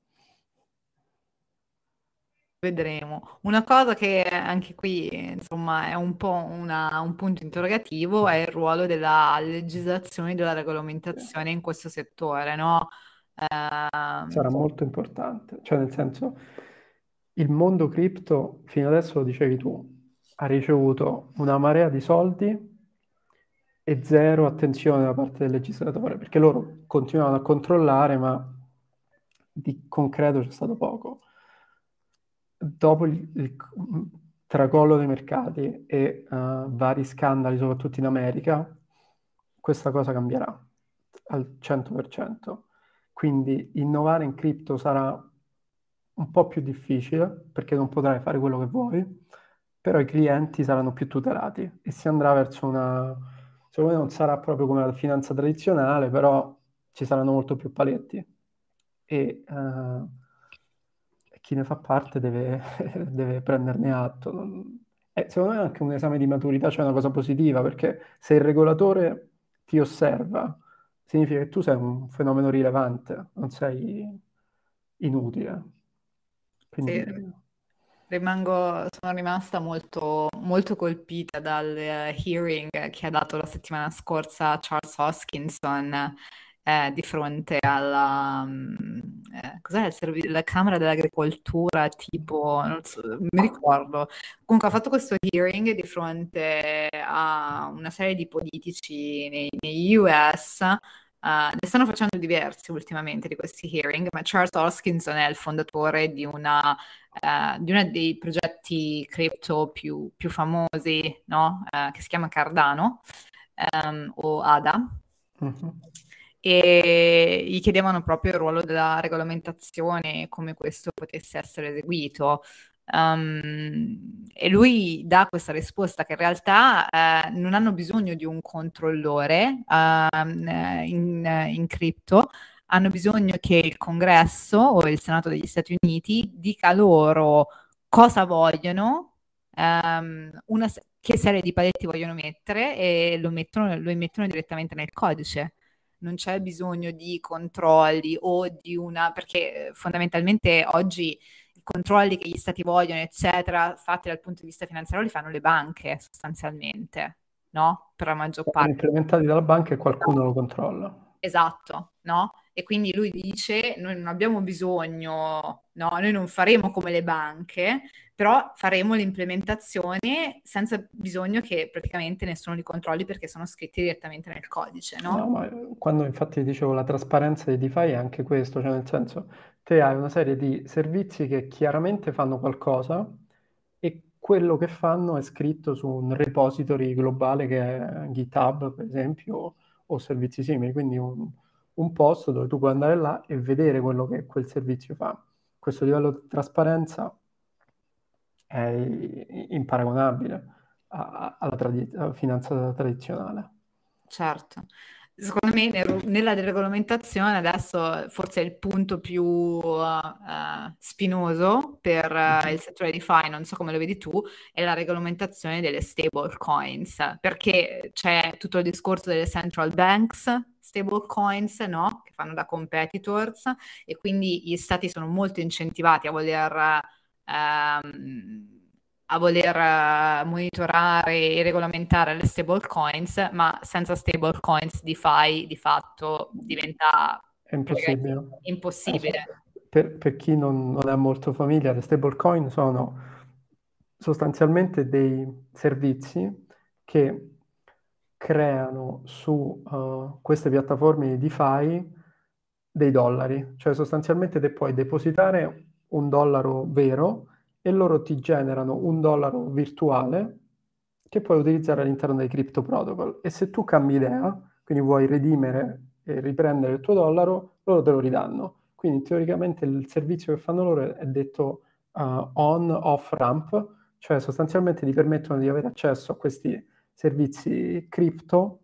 Vedremo. Una cosa che anche qui, insomma, è un po' un punto interrogativo è il ruolo della legislazione e della Sì. regolamentazione in questo settore, no? Sarà molto importante, cioè nel senso il mondo cripto, fino adesso lo dicevi tu, ha ricevuto una marea di soldi e zero attenzione da parte del legislatore, perché loro continuavano a controllare, ma di concreto c'è stato poco. Dopo il tracollo dei mercati e vari scandali, soprattutto in America, questa cosa cambierà al 100%. Quindi innovare in cripto sarà un po' più difficile perché non potrai fare quello che vuoi, però i clienti saranno più tutelati e si andrà verso secondo me non sarà proprio come la finanza tradizionale, però ci saranno molto più paletti e chi ne fa parte deve, deve prenderne atto. Secondo me è anche un esame di maturità, cioè una cosa positiva, perché se il regolatore ti osserva, significa che tu sei un fenomeno rilevante, non sei inutile. Sì, Quindi sono rimasta molto, molto colpita dal hearing che ha dato la settimana scorsa Charles Hoskinson di fronte alla cos'è la Camera dell'Agricoltura, tipo, non so, non mi ricordo. Comunque ha fatto questo hearing di fronte a una serie di politici nei US. Ne stanno facendo diversi ultimamente di questi hearing, ma Charles Hoskinson è il fondatore di uno dei progetti cripto più famosi, no? Che si chiama Cardano, o ADA, mhm. e gli chiedevano proprio il ruolo della regolamentazione e come questo potesse essere eseguito. E lui dà questa risposta che in realtà non hanno bisogno di un controllore in cripto, hanno bisogno che il Congresso o il Senato degli Stati Uniti dica loro cosa vogliono, che serie di paletti vogliono mettere e lo immettono direttamente nel codice. Non c'è bisogno di controlli o di perché fondamentalmente oggi i controlli che gli stati vogliono, eccetera, fatti dal punto di vista finanziario li fanno le banche sostanzialmente, no? Per la maggior Vengono parte. implementati dalla banca e qualcuno lo controlla. Esatto, no? E quindi lui dice, noi non abbiamo bisogno, no, noi non faremo come le banche, però faremo l'implementazione senza bisogno che praticamente nessuno li controlli perché sono scritti direttamente nel codice, No, no? ma quando infatti dicevo la trasparenza di DeFi è anche questo, cioè nel senso, te hai una serie di servizi che chiaramente fanno qualcosa e quello che fanno è scritto su un repository globale che è GitHub, per esempio, o servizi simili, quindi un posto dove tu puoi andare là e vedere quello che quel servizio fa. Questo livello di trasparenza è imparagonabile alla finanza tradizionale. Certo. Secondo me nella deregolamentazione adesso forse è il punto più spinoso per il settore di DeFi, non so come lo vedi tu, è la regolamentazione delle stable coins, perché c'è tutto il discorso delle central banks stable coins, no? Che fanno da competitors e quindi gli stati sono molto incentivati ehm, a voler monitorare e regolamentare le stable coins, ma senza stable coins DeFi di fatto diventa È impossibile. impossibile. Per chi non è molto familiare, le stablecoin sono sostanzialmente dei servizi che creano su queste piattaforme di DeFi dei dollari, cioè sostanzialmente te puoi depositare un dollaro vero e loro ti generano un dollaro virtuale che puoi utilizzare all'interno dei crypto protocol e se tu cambi idea, quindi vuoi redimere e riprendere il tuo dollaro, loro te lo ridanno. Quindi teoricamente il servizio che fanno loro è detto on-off ramp, cioè sostanzialmente ti permettono di avere accesso a questi servizi cripto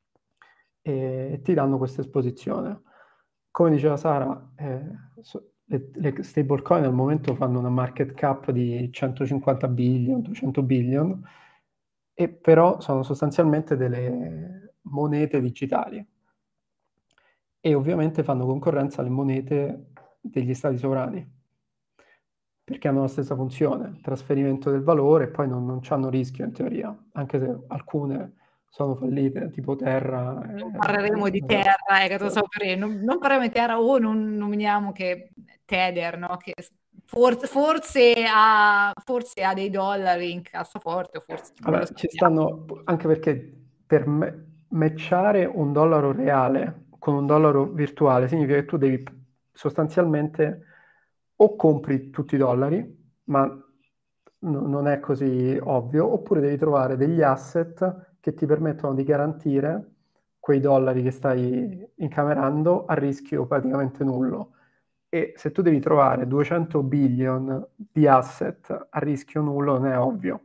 e ti danno questa esposizione. Come diceva Sara, le stablecoin al momento fanno una market cap di 150 billion, 200 billion, e però sono sostanzialmente delle monete digitali e ovviamente fanno concorrenza alle monete degli stati sovrani perché hanno la stessa funzione, trasferimento del valore e poi non hanno rischio in teoria, anche se alcune sono fallite, tipo Terra. Non parleremo di Terra, che cosa stavo per dire? Non parliamo di Terra o non nominiamo che Tether, no? Che forse ha dei dollari in cassaforte, forse non lo Vabbè, ci sappiamo. stanno, anche perché per matchare un dollaro reale con un dollaro virtuale significa che tu devi sostanzialmente o compri tutti i dollari, ma non è così ovvio, oppure devi trovare degli asset che ti permettono di garantire quei dollari che stai incamerando a rischio praticamente nullo. E se tu devi trovare 200 billion di asset a rischio nullo, non è ovvio.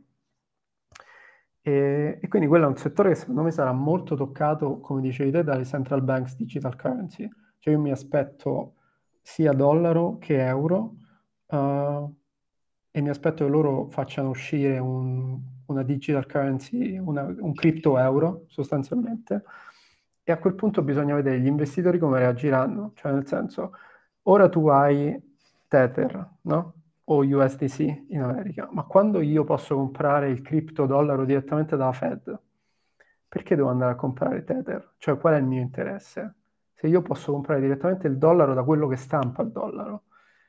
E quindi quello è un settore che secondo me sarà molto toccato, come dicevi te, dalle central banks digital currency. Cioè io mi aspetto sia dollaro che euro e mi aspetto che loro facciano uscire una digital currency, un crypto euro sostanzialmente. E a quel punto bisogna vedere gli investitori come reagiranno. Cioè nel senso, ora tu hai Tether, no? O USDC in America, ma quando io posso comprare il cripto dollaro direttamente dalla Fed, perché devo andare a comprare Tether? Cioè, qual è il mio interesse? Se io posso comprare direttamente il dollaro da quello che stampa il dollaro.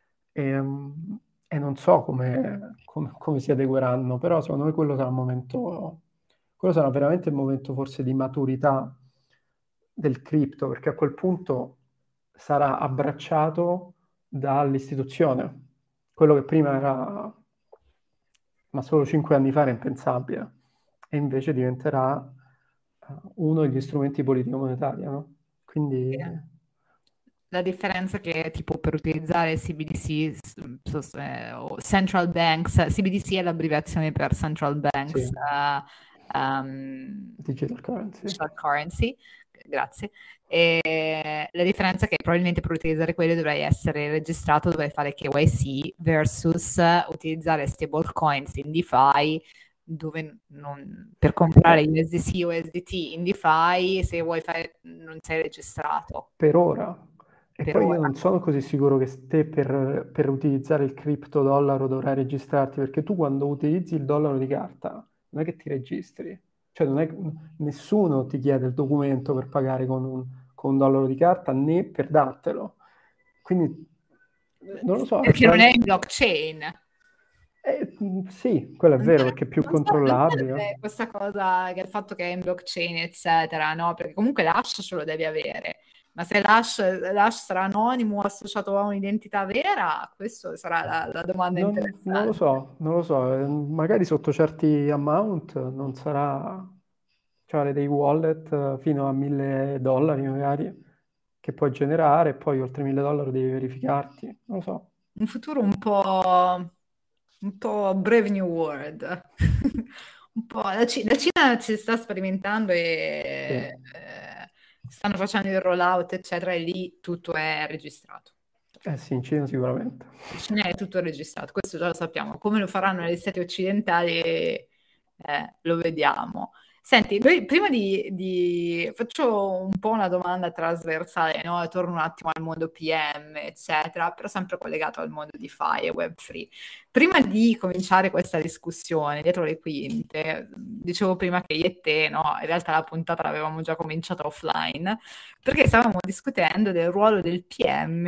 E non so come si adegueranno, però secondo me quello sarà veramente il momento forse di maturità del cripto, perché a quel punto sarà abbracciato dall'istituzione. Quello che prima era, ma solo 5 anni fa era impensabile, e invece diventerà uno degli strumenti di politica monetaria, no? Quindi La differenza è che tipo per utilizzare CBDC o Central Banks, CBDC è l'abbreviazione per Central Banks sì, digital currency. Digital Currency, grazie. E la differenza è che probabilmente per utilizzare quelle dovrai essere registrato, dovrai fare KYC versus utilizzare stablecoins in DeFi dove per comprare USDC o USDT in DeFi, se vuoi fare, non sei registrato per ora. E per poi io ora. non sono così sicuro che te per utilizzare il criptodollaro dovrai registrarti, perché tu quando utilizzi il dollaro di carta non è che ti registri, cioè non è, nessuno ti chiede il documento per pagare con un dollaro di carta né per dartelo. Quindi non lo so, Perché non è in blockchain. sì, quello è Non vero sarebbe, perché è più non controllabile. sarebbe questa cosa che il fatto che è in blockchain, eccetera, no? Perché comunque l'hash ce lo devi avere, ma se l'hash sarà anonimo associato a un'identità vera, questa sarà la domanda Non lo interessante. so, non lo so, magari sotto certi amount non sarà, cioè dei wallet fino a $1.000 magari che puoi generare e poi oltre $1.000 devi verificarti, non lo so. Un futuro un po' Brave New World. Un po', la Cina ci sta sperimentando Sì, e stanno facendo il rollout, eccetera, e lì tutto è registrato. eh sì, in Cina sicuramente. In Cina è tutto registrato, questo già lo sappiamo. Come lo faranno negli stati occidentali, lo vediamo. Senti, noi prima faccio un po' una domanda trasversale, no? Torno un attimo al mondo PM, eccetera, però sempre collegato al mondo DeFi e Web3. Prima di cominciare questa discussione, dietro le quinte, dicevo prima che io e te, no? In realtà la puntata l'avevamo già cominciata offline, perché stavamo discutendo del ruolo del PM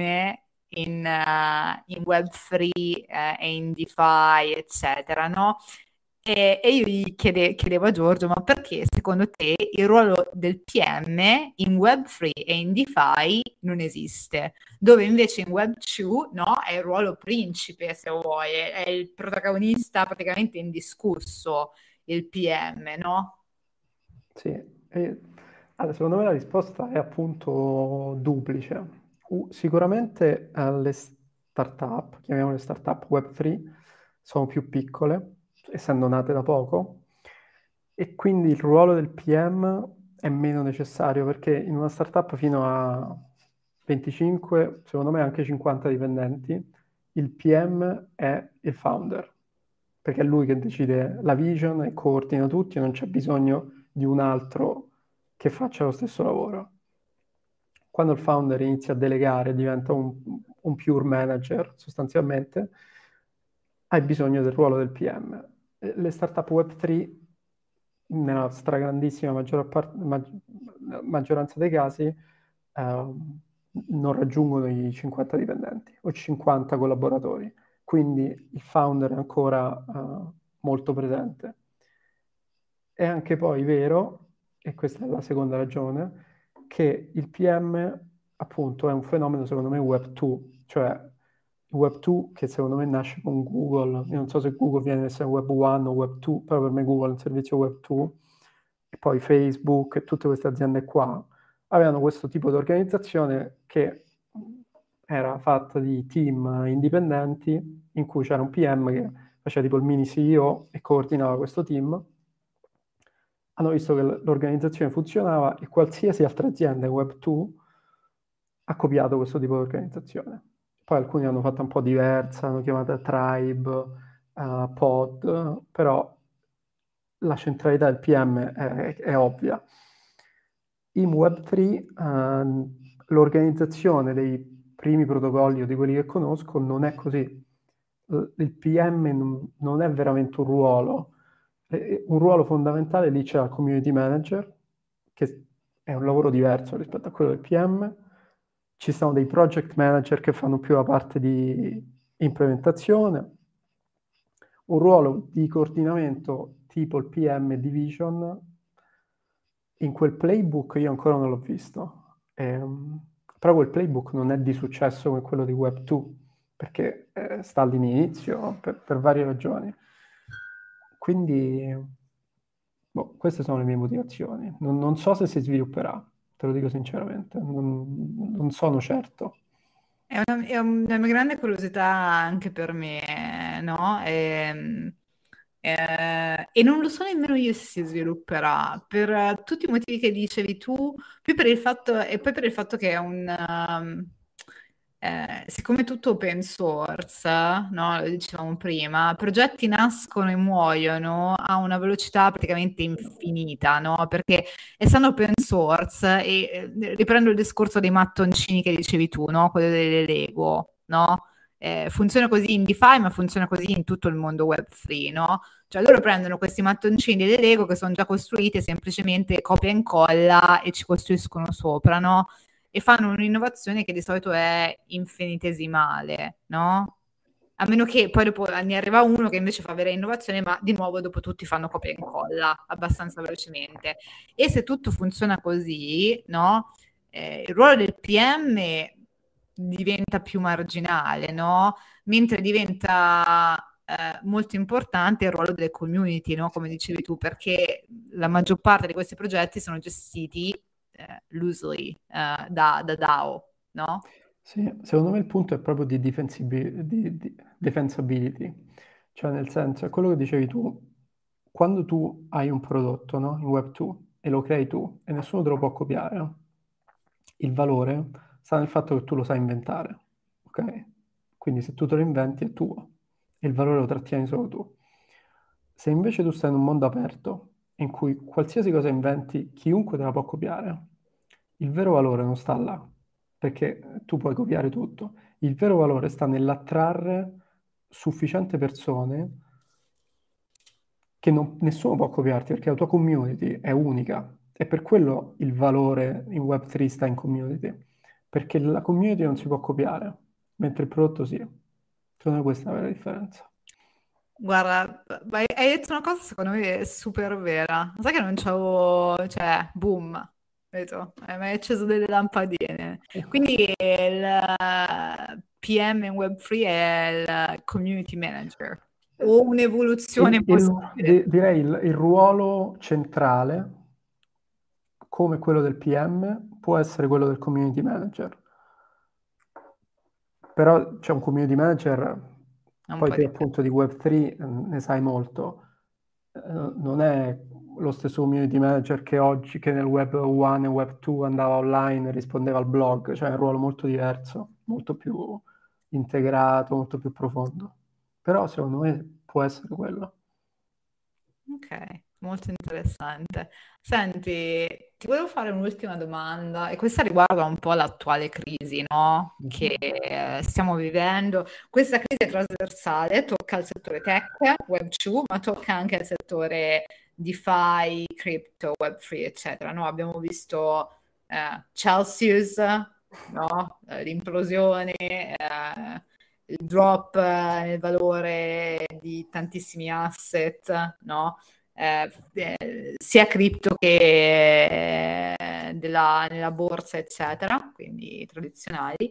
in Web3 e in DeFi, eccetera, no? E io gli chiedevo a Giorgio, ma perché secondo te il ruolo del PM in Web3 e in DeFi non esiste? Dove invece in Web2, no, è il ruolo principe, se vuoi, è il protagonista praticamente indiscusso, il PM, no? Sì, allora, secondo me la risposta è appunto duplice. Sicuramente le startup, chiamiamole startup Web3, sono più piccole, essendo nate da poco, e quindi il ruolo del PM è meno necessario perché in una startup fino a 25, secondo me anche 50 dipendenti, il PM è il founder, perché è lui che decide la vision e coordina tutti e non c'è bisogno di un altro che faccia lo stesso lavoro. Quando il founder inizia a delegare, diventa un pure manager sostanzialmente, hai bisogno del ruolo del PM. Le startup Web3, nella stragrandissima maggioranza dei casi, non raggiungono i 50 dipendenti o 50 collaboratori, quindi il founder è ancora molto presente. È anche poi vero, e questa è la seconda ragione, che il PM appunto è un fenomeno secondo me Web 2, cioè il Web 2 che secondo me nasce con Google, io non so se Google viene a essere Web 1 o Web 2, però per me Google è un servizio Web 2, e poi Facebook e tutte queste aziende qua avevano questo tipo di organizzazione che era fatta di team indipendenti in cui c'era un PM che faceva tipo il mini CEO e coordinava questo team. Hanno visto che l'organizzazione funzionava e qualsiasi altra azienda in Web2 ha copiato questo tipo di organizzazione. Poi alcuni hanno fatto un po' diversa, hanno chiamata Tribe, Pod, però la centralità del PM è ovvia. In Web3 l'organizzazione dei primi protocolli o di quelli che conosco non è così. Il PM non è veramente un ruolo. Un ruolo fondamentale lì c'è la community manager, che è un lavoro diverso rispetto a quello del PM. Ci sono dei project manager che fanno più la parte di implementazione. Un ruolo di coordinamento tipo il PM Division, in quel playbook io ancora non l'ho visto, però quel playbook non è di successo come quello di Web2, perché sta all'inizio per varie ragioni. Quindi, queste sono le mie motivazioni. Non so se si svilupperà, te lo dico sinceramente, non sono certo. È una grande curiosità anche per me, no? E non lo so nemmeno io se si svilupperà, per tutti i motivi che dicevi tu, più per il fatto, e poi per il fatto che è siccome è tutto open source, no? Lo dicevamo prima, progetti nascono e muoiono a una velocità praticamente infinita, no? Perché essendo open source, e riprendo il discorso dei mattoncini che dicevi tu, no? Quello delle Lego, no? Funziona così in DeFi, ma funziona così in tutto il mondo Web3, no? Cioè loro prendono questi mattoncini delle Lego che sono già costruiti, semplicemente copia e incolla e ci costruiscono sopra, no? E fanno un'innovazione che di solito è infinitesimale, no? A meno che poi dopo ne arriva uno che invece fa vera innovazione, ma di nuovo dopo tutti fanno copia e incolla abbastanza velocemente. E se tutto funziona così, no? Il ruolo del PM diventa più marginale, no? Mentre diventa molto importante il ruolo delle community, no? Come dicevi tu, perché la maggior parte di questi progetti sono gestiti loosely da DAO, no? Sì, secondo me il punto è proprio di defensibility, cioè nel senso, è quello che dicevi tu, quando tu hai un prodotto, no, in Web2 e lo crei tu e nessuno te lo può copiare, no? Il valore sta nel fatto che tu lo sai inventare, ok? Quindi se tu te lo inventi è tuo e il valore lo trattieni solo tu. Se invece tu stai in un mondo aperto in cui qualsiasi cosa inventi, chiunque te la può copiare, il vero valore non sta là, perché tu puoi copiare tutto. Il vero valore sta nell'attrarre sufficienti persone che nessuno può copiarti, perché la tua community è unica. E per quello il valore in Web3 sta in community, perché la community non si può copiare, mentre il prodotto sì. Secondo me questa è la vera differenza. Guarda, hai detto una cosa secondo me super vera. Sai che non c'avevo, cioè, boom, vedo, mi hai acceso delle lampadine. Quindi il PM in Web3 è il community manager o un'evoluzione possibile. Direi il ruolo centrale, come quello del PM, può essere quello del community manager. Però c'è un community manager, È un poi po' te di... appunto di Web3 ne sai molto. Non è lo stesso community manager che oggi, che nel Web 1 e Web 2 andava online e rispondeva al blog, cioè è un ruolo molto diverso, molto più integrato, molto più profondo. Però secondo me può essere quello. Ok, molto interessante. Senti, ti volevo fare un'ultima domanda e questa riguarda un po' l'attuale crisi, no? Che Mhm. stiamo vivendo. Questa crisi è trasversale, tocca il settore tech, Web2, ma tocca anche il settore DeFi, crypto, Web3, eccetera, no? Abbiamo visto Celsius, no? L'implosione, il drop nel valore di tantissimi asset, no? Sia cripto che nella borsa, eccetera, quindi tradizionali.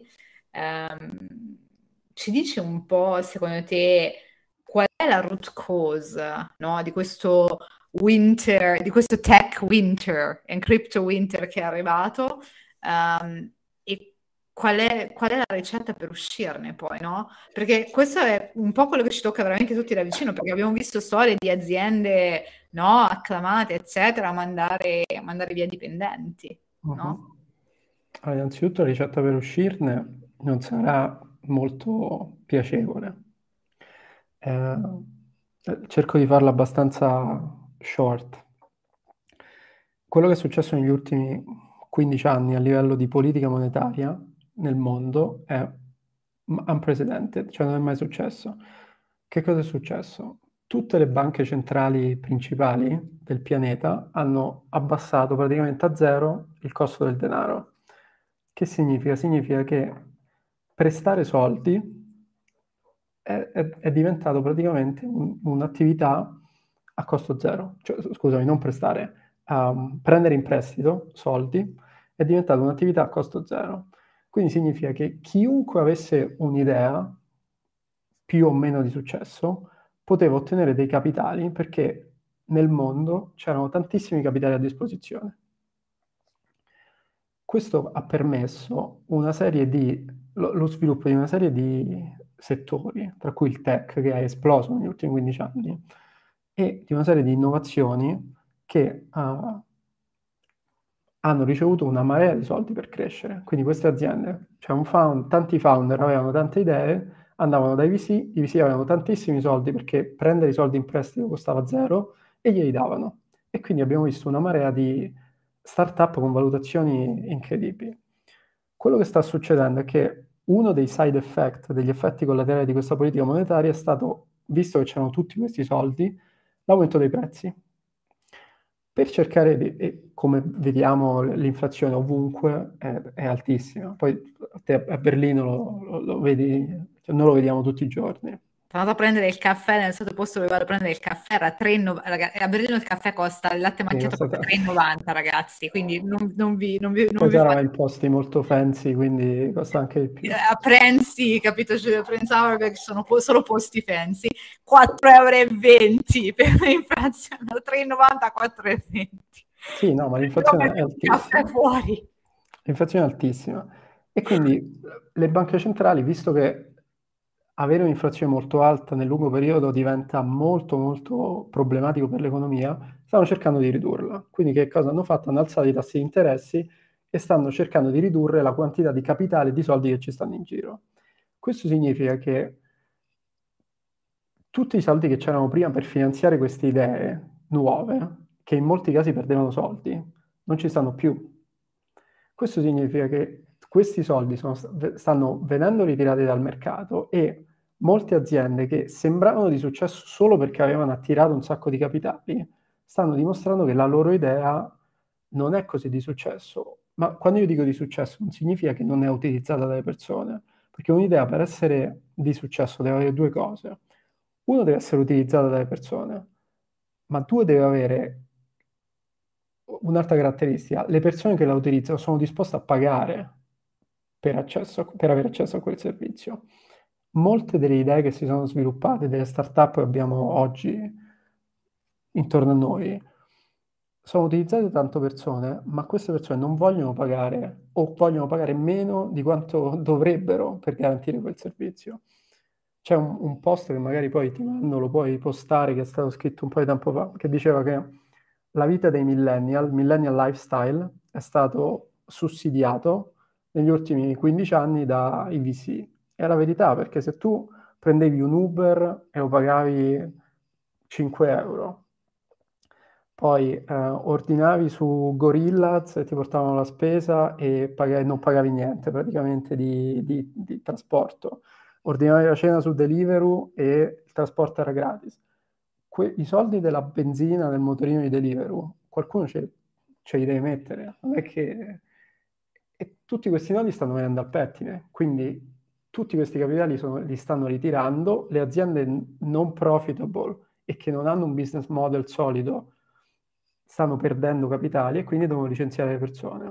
Ci dici un po', secondo te, qual è la root cause, no, di questo winter, di questo tech winter e crypto winter che è arrivato? E qual è la ricetta per uscirne poi, no? Perché questo è un po' quello che ci tocca veramente tutti da vicino, perché abbiamo visto storie di aziende, no, acclamate, eccetera, a mandare via dipendenti, no? Mhm. Allora, innanzitutto la ricetta per uscirne non sarà molto piacevole. Eh, cerco di farla abbastanza short. Quello che è successo negli ultimi 15 anni a livello di politica monetaria nel mondo è unprecedented, cioè non è mai successo. Che cosa è successo? Tutte le banche centrali principali del pianeta hanno abbassato praticamente a zero il costo del denaro. Che significa? Significa che prestare soldi è diventato praticamente un'attività a costo zero. Cioè, scusami, non prestare, prendere in prestito soldi è diventata un'attività a costo zero. Quindi significa che chiunque avesse un'idea più o meno di successo poteva ottenere dei capitali perché nel mondo c'erano tantissimi capitali a disposizione. Questo ha permesso lo sviluppo di una serie di settori, tra cui il tech che è esploso negli ultimi 15 anni, e di una serie di innovazioni che hanno ricevuto una marea di soldi per crescere. Quindi queste aziende, cioè tanti founder avevano tante idee, andavano dai VC, i VC avevano tantissimi soldi perché prendere i soldi in prestito costava zero e glieli davano. E quindi abbiamo visto una marea di startup con valutazioni incredibili. Quello che sta succedendo è che uno dei side effect, degli effetti collaterali di questa politica monetaria è stato, visto che c'erano tutti questi soldi, l'aumento dei prezzi. Per cercare di, e come vediamo l'inflazione ovunque è altissima. Poi te a Berlino lo vedi, cioè noi lo vediamo tutti i giorni. Sono andata a prendere il caffè nel solito posto dove vado a prendere il caffè, era 3,90, a Berlino il caffè costa, il latte Sì, macchiato costa 3,90 ragazzi, quindi non poi vi sarà fate in posti molto fancy, quindi costa anche di più. a prensi, capito? Cioè, pensavo che sono solo posti fancy, 4,20 € per l'inflazione, da 3,90 a 4,20. Sì, no, ma Però l'inflazione è metti il caffè altissima. fuori. L'inflazione è altissima. E quindi le banche centrali, visto che avere un'inflazione molto alta nel lungo periodo diventa molto molto problematico per l'economia, stanno cercando di ridurla. Quindi che cosa hanno fatto? Hanno alzato i tassi di interessi e stanno cercando di ridurre la quantità di capitale e di soldi che ci stanno in giro. Questo significa che tutti i soldi che c'erano prima per finanziare queste idee nuove, che in molti casi perdevano soldi, non ci stanno più. Questo significa che questi soldi stanno venendo ritirati dal mercato e molte aziende che sembravano di successo solo perché avevano attirato un sacco di capitali, stanno dimostrando che la loro idea non è così di successo. Ma quando io dico di successo non significa che non è utilizzata dalle persone, perché un'idea per essere di successo deve avere due cose. Uno, deve essere utilizzata dalle persone, ma due, deve avere un'altra caratteristica: le persone che la utilizzano sono disposte a pagare per avere accesso a quel servizio. Molte delle idee che si sono sviluppate, delle startup che abbiamo oggi intorno a noi, sono utilizzate da tante persone, ma queste persone non vogliono pagare o vogliono pagare meno di quanto dovrebbero per garantire quel servizio. C'è un post che magari poi ti mando, lo puoi postare, che è stato scritto un po' di tempo fa, che diceva che la vita dei millennial lifestyle, è stato sussidiato negli ultimi 15 anni dai VC. È la verità, perché se tu prendevi un Uber e lo pagavi 5 euro, poi ordinavi su Gorillaz e ti portavano la spesa e non pagavi niente praticamente di trasporto. Ordinavi la cena su Deliveroo e il trasporto era gratis. I soldi della benzina del motorino di Deliveroo, qualcuno ce li deve mettere. Non è che... E tutti questi nodi stanno venendo al pettine, quindi tutti questi capitali li stanno ritirando, le aziende non profitable e che non hanno un business model solido stanno perdendo capitali e quindi devono licenziare le persone.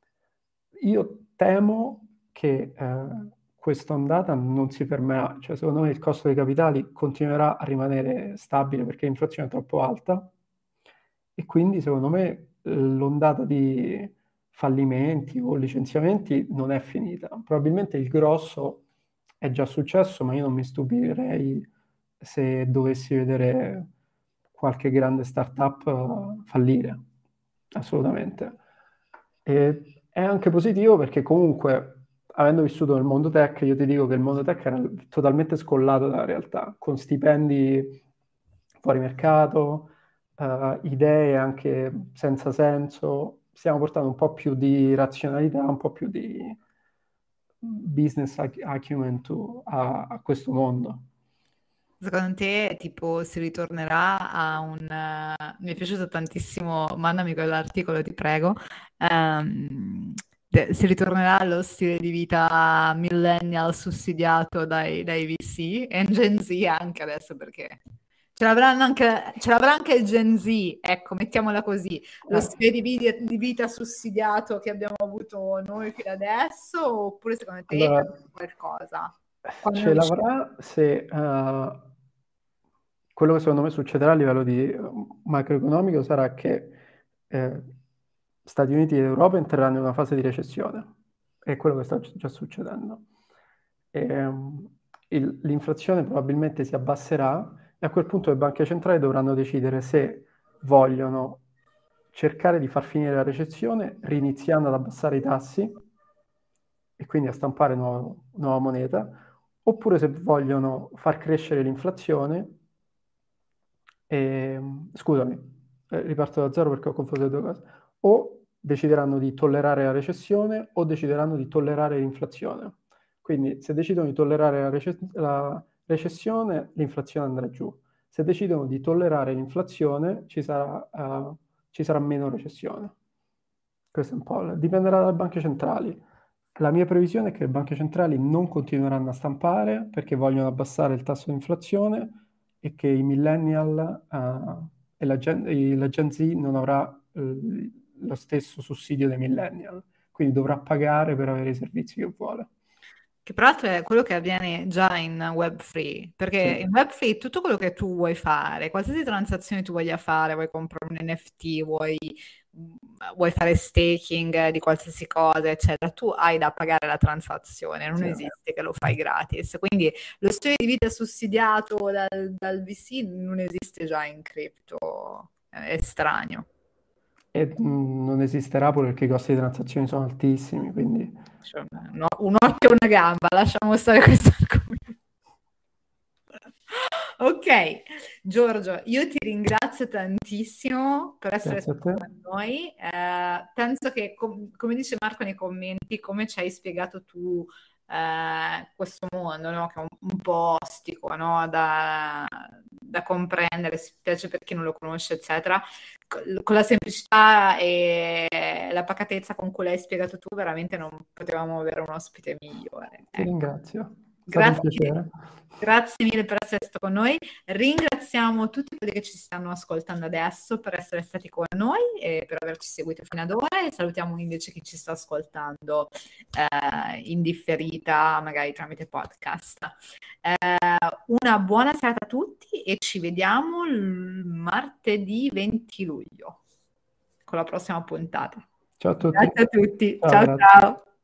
Io temo che questa ondata non si fermerà, cioè secondo me il costo dei capitali continuerà a rimanere stabile perché l'inflazione è troppo alta e quindi secondo me l'ondata di fallimenti o licenziamenti non è finita. Probabilmente il grosso è già successo, ma io non mi stupirei se dovessi vedere qualche grande startup fallire, assolutamente. E è anche positivo perché comunque, avendo vissuto nel mondo tech, io ti dico che il mondo tech era totalmente scollato dalla realtà, con stipendi fuori mercato, idee anche senza senso. Stiamo portando un po' più di razionalità, un po' più di business acumen a questo mondo. Secondo te, tipo, si ritornerà a un... mi è piaciuto tantissimo, mandami quell'articolo, ti prego. Si ritornerà allo stile di vita millennial sussidiato dai VC e Gen Z anche adesso perché ce l'avrà anche il Gen Z, ecco, mettiamola così, lo Eh, stile di vita sussidiato che abbiamo avuto noi fino adesso, oppure secondo te allora, cambia qualcosa? Quando ce l'avrà se quello che secondo me succederà a livello di macroeconomico sarà che eh, Stati Uniti ed Europa entreranno in una fase di recessione. È quello che sta già succedendo. L'inflazione probabilmente si abbasserà e a quel punto le banche centrali dovranno decidere se vogliono cercare di far finire la recessione riniziando ad abbassare i tassi e quindi a stampare nuova moneta, oppure se vogliono far crescere l'inflazione, scusami, riparto da zero perché ho confuso le due cose, o decideranno di tollerare la recessione o decideranno di tollerare l'inflazione. Quindi se decidono di tollerare la recessione, l'inflazione andrà giù. Se decidono di tollerare l'inflazione, ci sarà meno recessione. Questo è un po', dipenderà dalle banche centrali. La mia previsione è che le banche centrali non continueranno a stampare perché vogliono abbassare il tasso di inflazione e che i millennial e la Gen Z non avrà lo stesso sussidio dei millennial, quindi dovrà pagare per avere i servizi che vuole. Che peraltro è quello che avviene già in Web3, perché Sì. in Web3 tutto quello che tu vuoi fare, qualsiasi transazione tu voglia fare, vuoi comprare un NFT, vuoi fare staking di qualsiasi cosa, eccetera, tu hai da pagare la transazione, non Sì. esiste che lo fai gratis. Quindi lo stile di vita sussidiato dal VC non esiste già in cripto, è estraneo. E non esisterà pure perché i costi di transazione sono altissimi, quindi... Cioè, no, un occhio e una gamba, lasciamo stare questo argomento. Ok, Giorgio, io ti ringrazio tantissimo per essere Grazie a stato te. con noi. Penso che, come dice Marco nei commenti, come ci hai spiegato tu questo mondo, no? Che è un po' ostico, no? Da comprendere, specie per chi non lo conosce, eccetera. Con la semplicità e la pacatezza con cui l'hai spiegato tu, veramente non potevamo avere un ospite migliore. Ti Ecco. ringrazio, è stato un piacere. Grazie mille per essere stato con noi. Ringraziamo tutti quelli che ci stanno ascoltando adesso per essere stati con noi e per averci seguito fino ad ora, e salutiamo invece chi ci sta ascoltando in differita, magari tramite podcast. Una buona serata a tutti e ci vediamo martedì 20 luglio con la prossima puntata. Ciao a tutti. Grazie a tutti. Ciao, Ciao grazie. ciao.